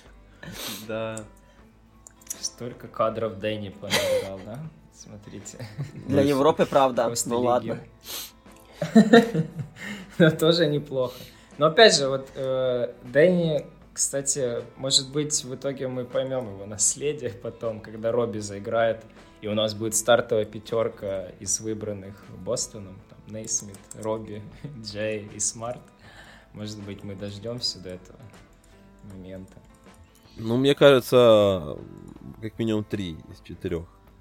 Speaker 4: Да.
Speaker 2: Столько кадров Дэнни понабирал, да? Смотрите.
Speaker 5: Для Европы, правда.
Speaker 2: Просто
Speaker 5: Ну ладно.
Speaker 2: легенда. Но тоже неплохо. Но опять же, вот э, Дэнни, кстати, может быть, в итоге мы поймем его наследие потом, когда Робби заиграет, и у нас будет стартовая пятерка из выбранных Бостоном. Там Нейсмит, Робби, Джей и Смарт. Может быть, мы дождемся до этого момента.
Speaker 3: ну мне кажется, как минимум три из четырех.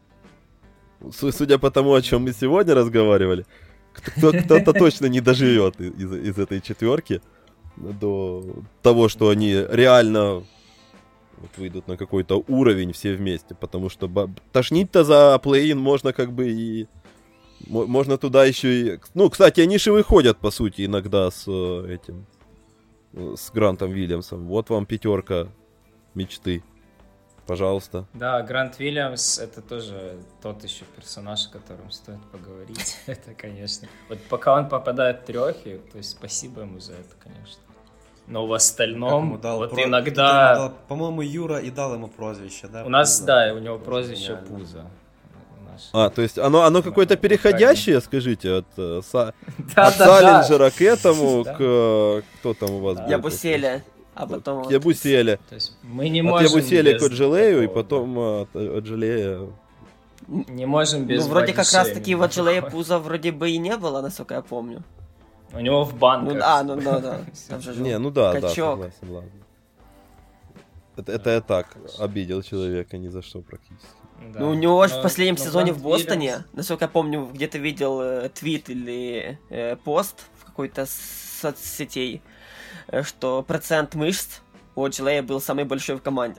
Speaker 3: Су- Судя по тому, о чем мы сегодня разговаривали, кто- кто-то точно не доживет из, из этой четверки до того, что они реально вот выйдут на какой-то уровень все вместе, потому что ба- тошнить-то за плей-ин можно как бы и... мо- Можно туда еще и... Ну, кстати, они же выходят, по сути, иногда с э, этим... э, С Грантом Уильямсом. Вот вам пятерка мечты. Пожалуйста.
Speaker 2: Да, Грант Уильямс — это тоже тот еще персонаж, о котором стоит поговорить. Это, конечно. Вот пока он попадает в трехи, то есть спасибо ему за это, конечно. Но в
Speaker 4: Как
Speaker 2: остальном,
Speaker 4: ему дал
Speaker 2: вот
Speaker 4: про-
Speaker 2: иногда...
Speaker 4: кто ему дал- По-моему, Юра и дал ему прозвище, да?
Speaker 2: У нас,
Speaker 4: Пузо.
Speaker 2: да, у него
Speaker 4: Просто
Speaker 2: прозвище
Speaker 4: гениально.
Speaker 2: Пузо. Наш.
Speaker 3: А, то есть оно, оно какое-то
Speaker 2: Локальный.
Speaker 3: переходящее, скажите, от, э, са-
Speaker 2: Да,
Speaker 3: от
Speaker 2: да, да.
Speaker 3: Саллинджера к этому,
Speaker 2: Да.
Speaker 3: к... э, Кто там у вас
Speaker 2: Да.
Speaker 3: был?
Speaker 5: Ябуселя. А потом...
Speaker 3: К
Speaker 5: вот-
Speaker 3: Ябуселе.
Speaker 2: То есть мы не
Speaker 3: От
Speaker 2: можем
Speaker 3: Ябуселя
Speaker 2: без
Speaker 3: к Оджелею, и
Speaker 2: такого,
Speaker 3: потом э, от Оджелея...
Speaker 2: Не можем без
Speaker 5: Ну, вроде как раз
Speaker 2: бодишейминга.
Speaker 5: таки в Аджилея Пуза вроде бы и не было, насколько я помню.
Speaker 2: У него в банках.
Speaker 5: Ну, а, ну да, да. Там же
Speaker 3: Не, ну да, да,
Speaker 5: качок.
Speaker 3: согласен, ладно. Это, это я так обидел человека ни за что практически.
Speaker 2: Да.
Speaker 5: Ну, у него же
Speaker 2: Но-
Speaker 5: в последнем
Speaker 2: но
Speaker 5: сезоне
Speaker 2: Грант
Speaker 5: в Бостоне,
Speaker 2: Уильямс-
Speaker 5: насколько я помню, где-то видел э, твит или э, пост в какой-то соцсетей, э, что процент мышц у Аджилея был самый большой в команде.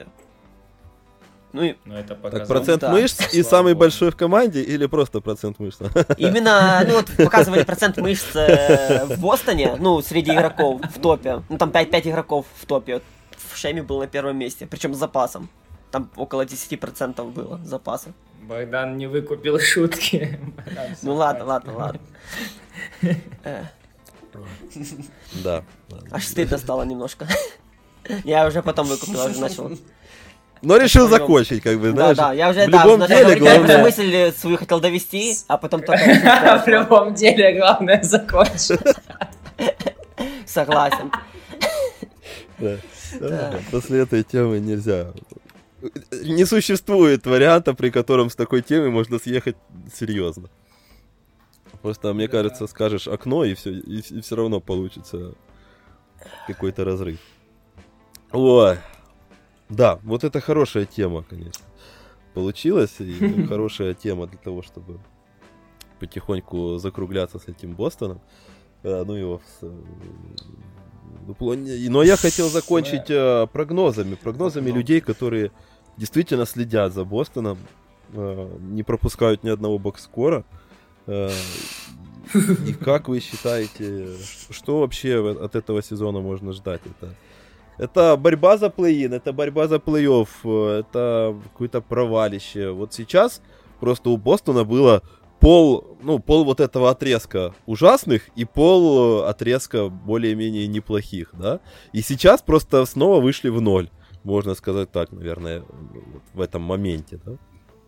Speaker 5: Ну и
Speaker 2: Ну, это
Speaker 3: Так,
Speaker 2: показал.
Speaker 3: процент
Speaker 5: да.
Speaker 3: мышц и
Speaker 2: Слава
Speaker 3: самый
Speaker 2: богу.
Speaker 3: большой в команде или просто процент мышц?
Speaker 5: именно, ну вот показывали процент мышц э, в Бостоне, ну, среди игроков в топе. Ну, там пять игроков в топе. Вот в Шеме был на первом месте, причем с запасом. Там около десять процентов было запаса.
Speaker 2: Богдан не выкупил шутки.
Speaker 5: Ну ладно, ладно, ладно.
Speaker 3: Да.
Speaker 5: Аж стыдно стало немножко. Я уже потом выкупил, уже начал.
Speaker 3: Но решил закончить, как бы, знаешь.
Speaker 5: Да, да, я уже,
Speaker 3: в
Speaker 5: да,
Speaker 3: любом деле, главное...
Speaker 5: мысль свою хотел довести, а потом только...
Speaker 2: В любом деле, главное закончить.
Speaker 5: Согласен.
Speaker 3: После этой темы нельзя... Не существует варианта, при котором с такой темой можно съехать серьезно. Просто, мне кажется, скажешь окно, и все, и, и все равно получится какой-то разрыв. Ой. Да, вот это хорошая тема, конечно. Получилась, и хорошая тема для того, чтобы потихоньку закругляться с этим Бостоном. Ну его... Но я хотел закончить прогнозами. Прогнозами людей, которые действительно следят за Бостоном, не пропускают ни одного бокскора. И как вы считаете, что вообще от этого сезона можно ждать? Это, это борьба за плей-ин, это борьба за плей-офф, это какое-то провалище. Вот сейчас просто у Бостона было пол, ну, пол вот этого отрезка ужасных и пол отрезка более-менее неплохих, да? И сейчас просто снова вышли в ноль, можно сказать так, наверное, в этом моменте, да?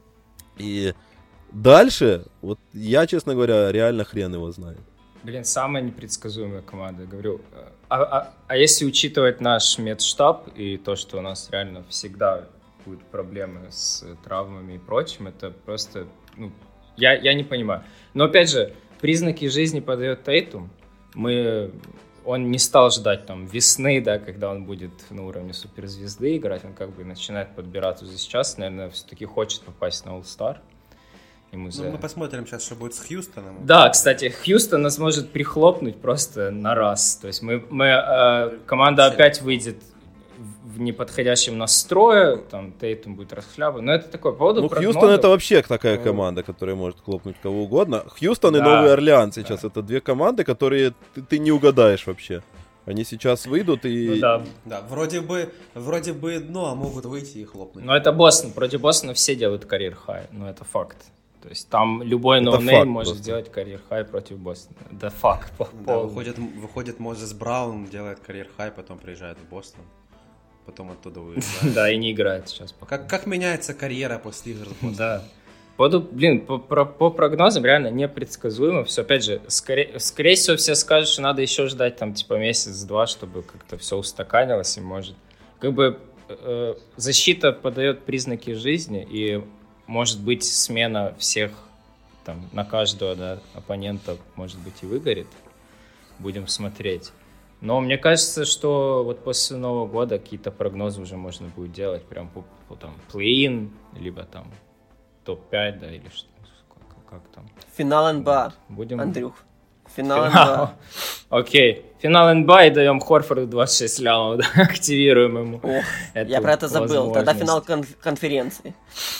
Speaker 3: И дальше, вот я, честно говоря, реально хрен его знает.
Speaker 2: Блин, самая непредсказуемая команда, говорю. А, а, а если учитывать наш медштаб и то, что у нас реально всегда будут проблемы с травмами и прочим, это просто, ну, я, я не понимаю. Но опять же, признаки жизни подает Тейтум. Мы, он не стал ждать там весны, да, когда он будет на уровне суперзвезды играть, он как бы начинает подбираться уже сейчас, наверное, все-таки хочет попасть на All-Star. Ему за...
Speaker 4: Ну, мы посмотрим сейчас, что будет с Хьюстоном.
Speaker 2: Да, кстати, Хьюстон нас может прихлопнуть просто на раз. То есть мы, мы э, команда опять выйдет в неподходящем настрое, там Тейтум будет расхлябан. Но это такое, по поводу
Speaker 3: Ну,
Speaker 2: прогнозов...
Speaker 3: Хьюстон это вообще такая команда, которая может хлопнуть кого угодно. Хьюстон да, и Новый Орлеан сейчас да. Это две команды, которые ты, ты не угадаешь вообще. Они сейчас выйдут и...
Speaker 2: Ну, да.
Speaker 4: да, вроде бы, вроде бы дно, а могут выйти и хлопнуть.
Speaker 2: Но это Бостон. Против Бостона все делают карьер-хай. Ну, это факт. То есть там любой ноунейм может просто сделать карьер-хай против Бостона. Да факт.
Speaker 4: Да, выходит, выходит Мозес Браун, делает карьер-хай, потом приезжает в Бостон. Потом оттуда уезжает.
Speaker 2: Да, и не играет сейчас.
Speaker 4: Как, как меняется карьера после игр с Бостоном?
Speaker 2: Да. Буду, блин, по, по, по прогнозам реально непредсказуемо. Все, опять же, скорее, скорее всего, все скажут, что надо еще ждать там типа месяц-два, чтобы как-то все устаканилось и может. Как бы э, защита подает признаки жизни, и может быть смена всех там на каждого, да, оппонента, может быть, и выгорит. Будем смотреть. Но мне кажется, что вот после Нового года какие-то прогнозы уже можно будет делать прям по, по там плей-ин, либо там топ пять, да, или что, как, как там.
Speaker 5: Финал эн би эй,
Speaker 2: будем...
Speaker 5: Андрюх. Финал эн би эй.
Speaker 2: Окей, финал эн би эй, и даем Хорфорду двадцать шесть лямов, да, активируем ему.
Speaker 5: Ох, я про это забыл, тогда финал кон- конференции.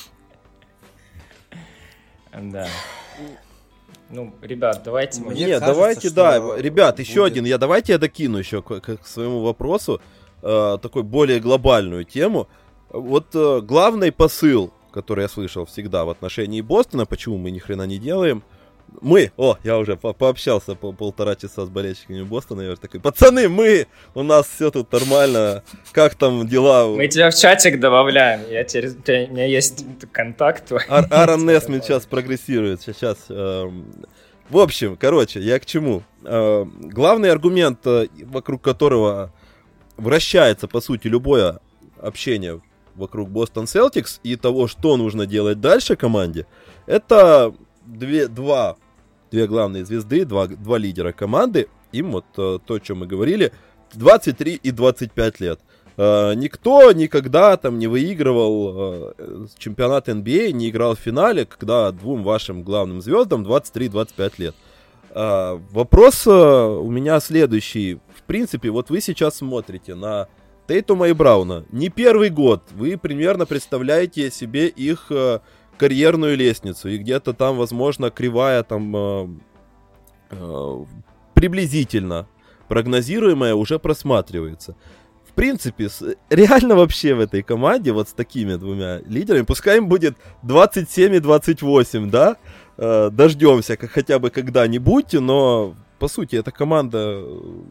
Speaker 2: Да. Ну, ребят, давайте...
Speaker 3: Мне Нет, кажется, давайте, что да, ребят, еще будет... один, я давайте я докину еще к, к, к своему вопросу э, такой более глобальную тему. Вот э, главный посыл, который я слышал всегда в отношении Бостона, почему мы ни хрена не делаем. Мы, о, я уже по- пообщался по полтора часа с болельщиками Бостона, я уже такой, пацаны, мы, у нас все тут нормально, как там дела?
Speaker 2: Мы тебя в чатик добавляем, я через, у меня есть контакт.
Speaker 3: Ар- Аарон Несмит сейчас прогрессирует, сейчас. Э, в общем, короче, я к чему? Э, главный аргумент, вокруг которого вращается, по сути, любое общение вокруг Бостон Селтикс и того, что нужно делать дальше команде, это... Две, два, две главные звезды, два, два лидера команды. Им вот э, то, о чем мы говорили, двадцать три и двадцать пять лет. Э, никто никогда там не выигрывал э, чемпионат эн би эй, не играл в финале, когда двум вашим главным звездам двадцать три - двадцать пять лет. Э, вопрос э, у меня следующий. В принципе, вот вы сейчас смотрите на Тейтума и Брауна. Не первый год. Вы примерно представляете себе их... Э, карьерную лестницу, и где-то там, возможно, кривая там э, э, приблизительно прогнозируемая уже просматривается. В принципе, с, реально вообще в этой команде, вот с такими двумя лидерами, пускай им будет двадцать семь и двадцать восемь, да, э, дождемся как, хотя бы когда-нибудь, но, по сути, эта команда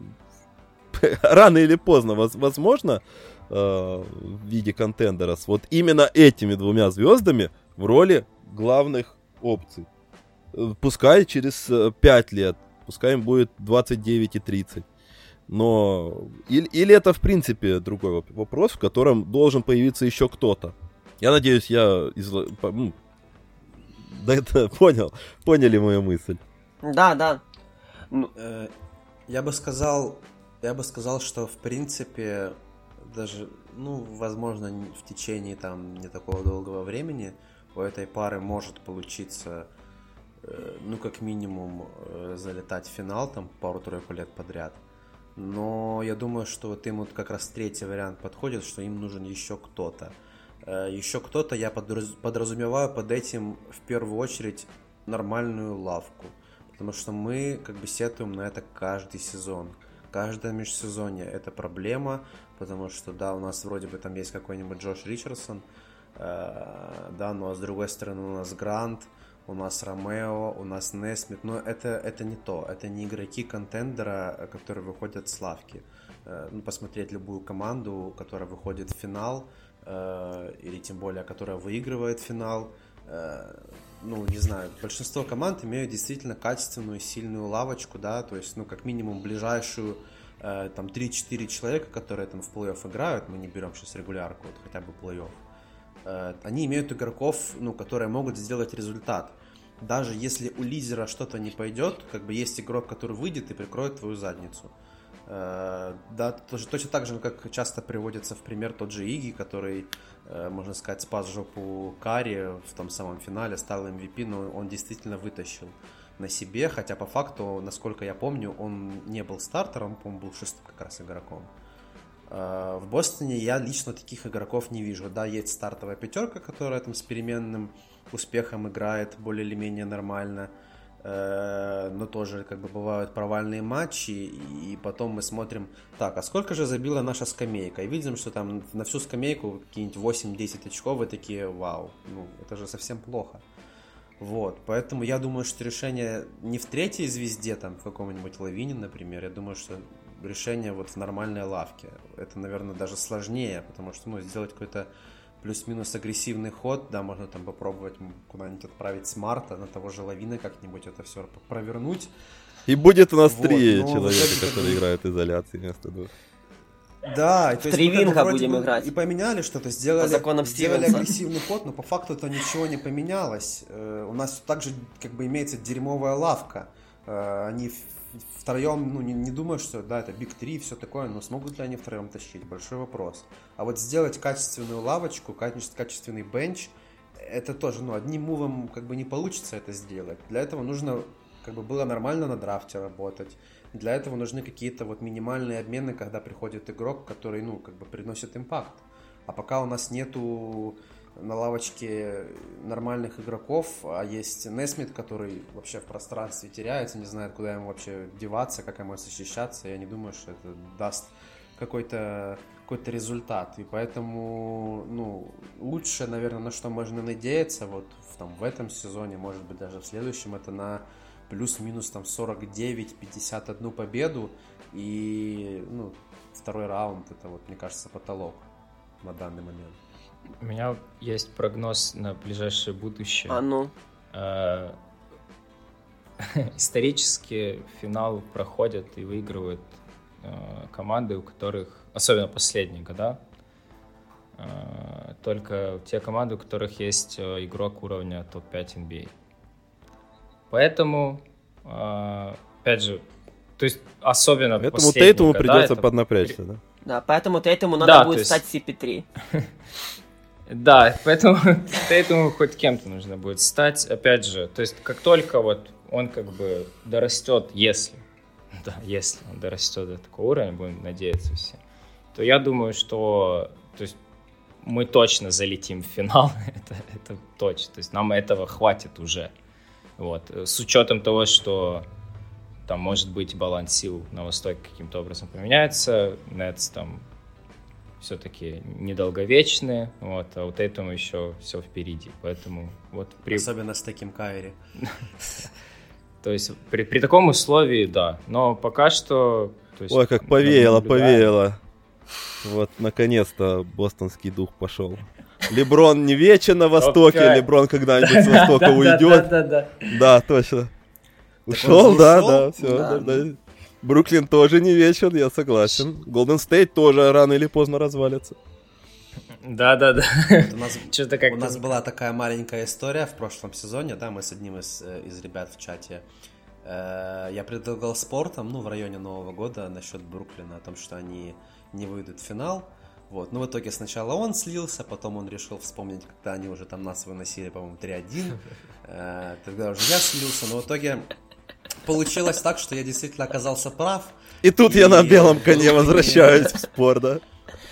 Speaker 3: рано или поздно, возможно, э, в виде контендера с вот именно этими двумя звездами в роли главных опций. Пускай через пять лет, пускай им будет двадцать девять и тридцать. Но или, или это, в принципе, другой вопрос, в котором должен появиться еще кто-то. Я надеюсь, я изла... ну, да, это понял, поняли мою мысль.
Speaker 5: Да, да.
Speaker 4: Ну, э, я бы сказал, я бы сказал, что в принципе даже, ну, возможно, в течение там не такого долгого времени у этой пары может получиться, э, ну, как минимум, э, залетать в финал там пару-тройку лет подряд. Но я думаю, что вот им вот как раз третий вариант подходит, что им нужен еще кто-то. Э, еще кто-то, я подраз- подразумеваю под этим в первую очередь нормальную лавку. Потому что мы как бы сетуем на это каждый сезон. Каждое межсезонье это проблема, потому что, да, у нас вроде бы там есть какой-нибудь Джош Ричардсон, э, да, но с другой стороны у нас Грант, у нас Ромео, у нас Несмит, но это, это не то, это не игроки контендера, которые выходят с лавки. Э, ну, посмотреть любую команду, которая выходит в финал, э, или тем более, которая выигрывает финал, э, ну, не знаю, большинство команд имеют действительно качественную, сильную лавочку, да, то есть, ну, как минимум, ближайшую, э, там, три-четыре человека, которые там в плей-офф играют, мы не берем сейчас регулярку, вот хотя бы плей-офф, э, они имеют игроков, ну, которые могут сделать результат. Даже если у лидера что-то не пойдет, как бы есть игрок, который выйдет и прикроет твою задницу. Э, да, тоже, точно так же, как часто приводится в пример тот же Иги, который, э, можно сказать, спас жопу Карри в том самом финале, стал эм ви пи, но он действительно вытащил на себе, хотя по факту, насколько я помню, он не был стартером, по-моему, был шестым как раз игроком. Э, в Бостоне я лично таких игроков не вижу. Да, есть стартовая пятерка, которая там с переменным успехом играет более или менее нормально, но тоже как бы бывают провальные матчи, и потом мы смотрим, так, а сколько же забила наша скамейка, и видим, что там на всю скамейку какие-нибудь восемь-десять очков, и такие, вау, ну это же совсем плохо. Вот, поэтому я думаю, что решение не в третьей звезде, там, в каком-нибудь Лавине, например, я думаю, что решение вот в нормальной лавке, это, наверное, даже сложнее, потому что, ну, сделать какой-то плюс-минус агрессивный ход, да, можно там попробовать куда-нибудь отправить Смарта, на того же Лавина как-нибудь это все провернуть.
Speaker 3: И будет у нас вот, три
Speaker 4: но
Speaker 3: человека,
Speaker 4: итоге,
Speaker 3: которые играют изоляции вместо двух.
Speaker 4: Да,
Speaker 5: в три винга будем
Speaker 4: бы
Speaker 5: играть.
Speaker 4: И поменяли что-то, сделали,
Speaker 5: сделали
Speaker 4: Стивенса. агрессивный ход, но по факту-то ничего не поменялось. У нас также как бы имеется дерьмовая лавка. Они втроем, ну, не, не думаю, что, да, это Биг три и все такое, но смогут ли они втроем тащить? Большой вопрос. А вот сделать качественную лавочку, качественный бенч, это тоже, ну, одним мувом как бы не получится это сделать. Для этого нужно, как бы, было нормально на драфте работать. Для этого нужны какие-то вот минимальные обмены, когда приходит игрок, который, ну, как бы приносит импакт. А пока у нас нету на лавочке нормальных игроков, а есть Несмит, который вообще в пространстве теряется, не знает, куда ему вообще деваться, как ему защищаться, я не думаю, что это даст какой-то, какой-то результат. И поэтому, ну, лучше, наверное, на что можно надеяться вот в, там, в этом сезоне, может быть, даже в следующем, это на плюс-минус там сорок девять пятьдесят одну победу. И, ну, второй раунд, это вот, мне кажется, потолок на данный момент.
Speaker 2: У меня есть прогноз на ближайшее будущее.
Speaker 5: А ну?
Speaker 2: Э, исторически финал проходят и выигрывают э, команды, у которых, особенно последние года, э, только те команды, у которых есть э, игрок уровня топ пять эн би эй. Поэтому, э, опять же, то есть особенно
Speaker 3: Поэтому
Speaker 2: последние
Speaker 3: Тейтуму
Speaker 2: года
Speaker 3: придется
Speaker 2: это...
Speaker 3: поднапрячься, да?
Speaker 5: Да, поэтому Тейтуму надо
Speaker 2: Да,
Speaker 5: будет
Speaker 2: есть...
Speaker 5: стать си пи три.
Speaker 2: Да, поэтому Тейтуму хоть кем-то нужно будет стать. Опять же, то есть как только вот он как бы дорастет, если, да, если он дорастет до такого уровня, будем надеяться все, то я думаю, что то есть, мы точно залетим в финал, это, это точно. То есть нам этого хватит уже. Вот. С учетом того, что там может быть баланс сил на Востоке каким-то образом поменяется, Нетс там все-таки недолговечны, вот, а у Тейтума еще все впереди, поэтому вот при...
Speaker 4: Особенно с таким Кайри.
Speaker 2: То есть при, при таком условии, да, но пока что... То есть,
Speaker 3: ой, как повеяло, повеяло. Вот, наконец-то бостонский дух пошел. Леброн не вечен на Востоке, Леброн когда-нибудь с Востока уйдет.
Speaker 2: Да-да-да.
Speaker 3: Да, точно. Ушел, да, да, все. Бруклин тоже не вечен, я согласен. Голден Стейт тоже рано или поздно развалится.
Speaker 2: Да-да-да.
Speaker 4: У нас,
Speaker 2: Что-то как
Speaker 4: у нас была такая маленькая история в прошлом сезоне, да, мы с одним из, из ребят в чате. Э, я предлагал спортом, ну, в районе Нового года насчет Бруклина, о том, что они не выйдут в финал. Вот. Но в итоге сначала он слился, потом он решил вспомнить, когда они уже там нас выносили, по-моему, три один. Э, тогда уже я слился, но в итоге получилось так, что я действительно оказался прав.
Speaker 3: И тут и... я на белом коне возвращаюсь в спорт, да?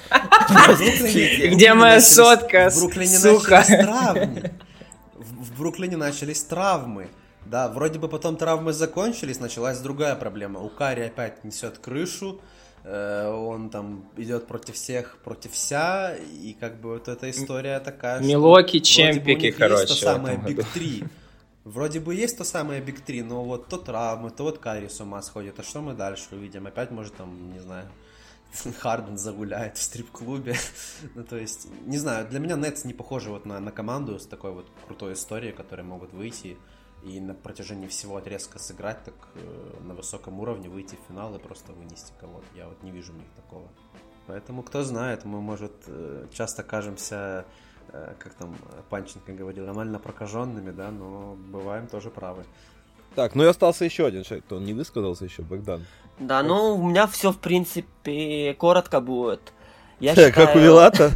Speaker 2: Где моя сотка,
Speaker 4: в Бруклине
Speaker 2: сука?
Speaker 4: Начались травмы. В, в Бруклине начались травмы. Да, вроде бы потом травмы закончились, началась другая проблема. У Карри опять несет крышу, э, он там идет против всех, против вся, и как бы вот эта история такая,
Speaker 2: Милоки,
Speaker 4: что
Speaker 2: чемпики, короче.
Speaker 4: Есть то самое Биг три. Вроде бы есть то самое Биг три, но вот то травмы, то вот Карри с ума сходит. А что мы дальше увидим? Опять, может, там, не знаю... Харден загуляет в стрип-клубе. Ну, то есть, не знаю, для меня Нетс не похожи вот на, на команду с такой вот крутой историей, которые могут выйти и на протяжении всего отрезка сыграть так э, на высоком уровне, выйти в финал и просто вынести кого-то. Я вот не вижу у них такого. Поэтому, кто знает, мы, может, э, часто кажемся, э, как там Панченко говорил, нормально прокаженными, да, но бываем тоже правы.
Speaker 3: Так, ну и остался еще один человек, кто не высказался еще, Богдан.
Speaker 5: Да, ну у меня все, в принципе, коротко будет. Я
Speaker 3: считаю... Как у Вилата?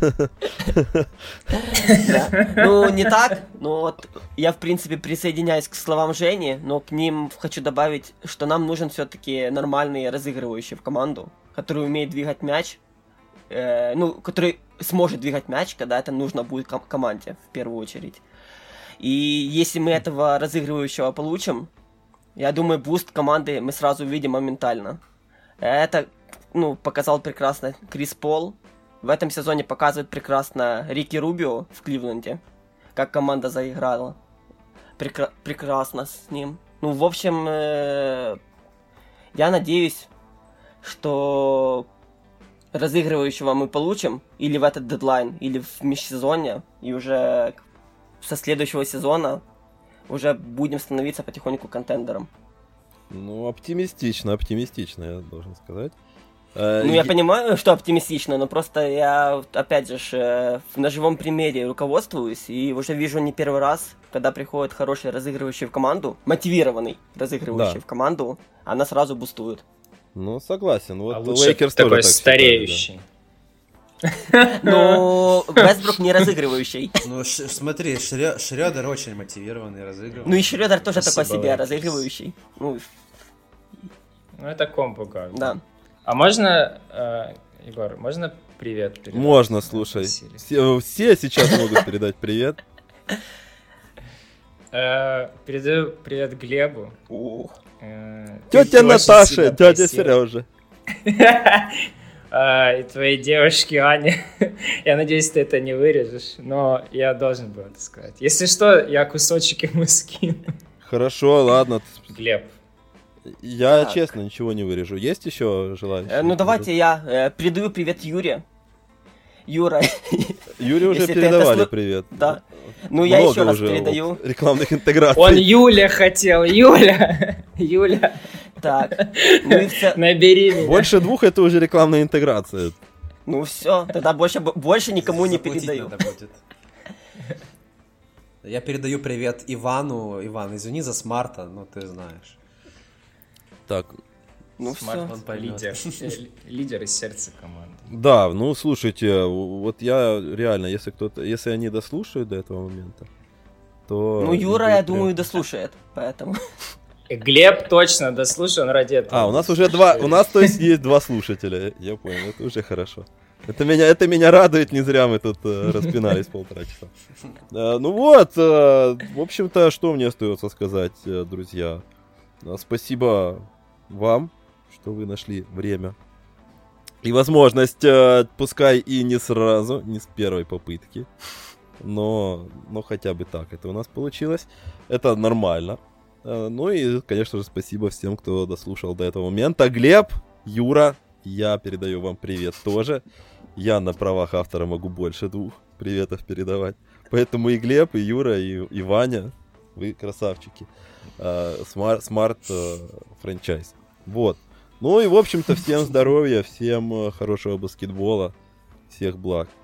Speaker 5: Ну, не так, но вот я, в принципе, присоединяюсь к словам Жени, но к ним хочу добавить, что нам нужен все-таки нормальный разыгрывающий в команду, который умеет двигать мяч, ну, который сможет двигать мяч, когда это нужно будет команде, в первую очередь. И если мы этого разыгрывающего получим, я думаю, буст команды мы сразу увидим моментально. Это, ну, показал прекрасно Крис Пол. В этом сезоне показывает прекрасно Рики Рубио в Кливленде. Как команда заиграла. Прекра- прекрасно с ним. Ну, в общем, э- я надеюсь, что разыгрывающего мы получим или в этот дедлайн, или в межсезонье. И уже со следующего сезона уже будем становиться потихоньку контендером.
Speaker 3: Ну, оптимистично, оптимистично, я должен сказать.
Speaker 5: Ну, я, я понимаю, что оптимистично, но просто я, опять же, на живом примере руководствуюсь и уже вижу не первый раз, когда приходит хороший разыгрывающий в команду, мотивированный разыгрывающий да. в команду, она сразу бустует.
Speaker 3: Ну, согласен. Вот
Speaker 2: а Лейкерс тоже такой так стареющий.
Speaker 3: Считали, да.
Speaker 5: Но Вестбрук не разыгрывающий.
Speaker 4: Ну, ш- смотри, Шрё- Шрёдер очень мотивированный, разыгрывающий.
Speaker 5: Ну и Шрёдер тоже такой себе разыгрывающий. Ну,
Speaker 2: ну это комбо как.
Speaker 5: Да.
Speaker 2: А можно, э, Егор, можно привет передать?
Speaker 3: Можно, слушай. Все, все сейчас могут передать привет.
Speaker 2: Э, передаю привет Глебу.
Speaker 5: Э,
Speaker 3: тетя Наташа, тетя Сережа.
Speaker 2: Uh, и твоей девушке Ане. Я надеюсь, ты это не вырежешь, но я должен был это сказать. Если что, я кусочек ему скину.
Speaker 3: Хорошо, ладно.
Speaker 2: Глеб.
Speaker 3: Я, так. честно, ничего не вырежу. Есть еще желающие?
Speaker 5: Э, ну, давайте я э, передаю привет Юре. Юра.
Speaker 3: Юре уже передавали слу... привет.
Speaker 5: Да. Ну, я еще раз передаю.
Speaker 3: Рекламных интеграций.
Speaker 2: Он Юля хотел. Юля. Юля.
Speaker 5: Так. Ну, все...
Speaker 2: Набери меня.
Speaker 3: Больше двух это уже рекламная интеграция.
Speaker 5: Ну все, тогда больше, больше никому не передаю.
Speaker 4: Я передаю привет Ивану. Иван, извини за смарта, но ты знаешь.
Speaker 3: Так.
Speaker 5: Ну
Speaker 2: Смарт,
Speaker 5: все.
Speaker 2: он по лидер. Лидер из сердца команды.
Speaker 3: Да, ну слушайте, вот я реально, если кто-то, если они дослушают до этого момента, то...
Speaker 5: Ну Юра, я думаю, дослушает, поэтому...
Speaker 2: Глеб точно дослушал, он ради этого.
Speaker 3: А, у нас уже два, у нас, то есть, есть два слушателя, я понял, это уже хорошо. Это меня, это меня радует, не зря мы тут э, распинались полтора часа. Э, ну вот, э, в общем-то, что мне остается сказать, э, друзья. Э, спасибо вам, что вы нашли время И возможность, э, пускай и не сразу, не с первой попытки, но, но хотя бы так это у нас получилось. Это нормально. Э, ну и, конечно же, спасибо всем, кто дослушал до этого момента. Глеб, Юра, я передаю вам привет тоже. Я на правах автора могу больше двух приветов передавать. Поэтому и Глеб, и Юра, и, и Ваня, вы красавчики. Смарт, смарт франчайз. Вот. Ну и, в общем-то, всем здоровья, всем хорошего баскетбола, всех благ.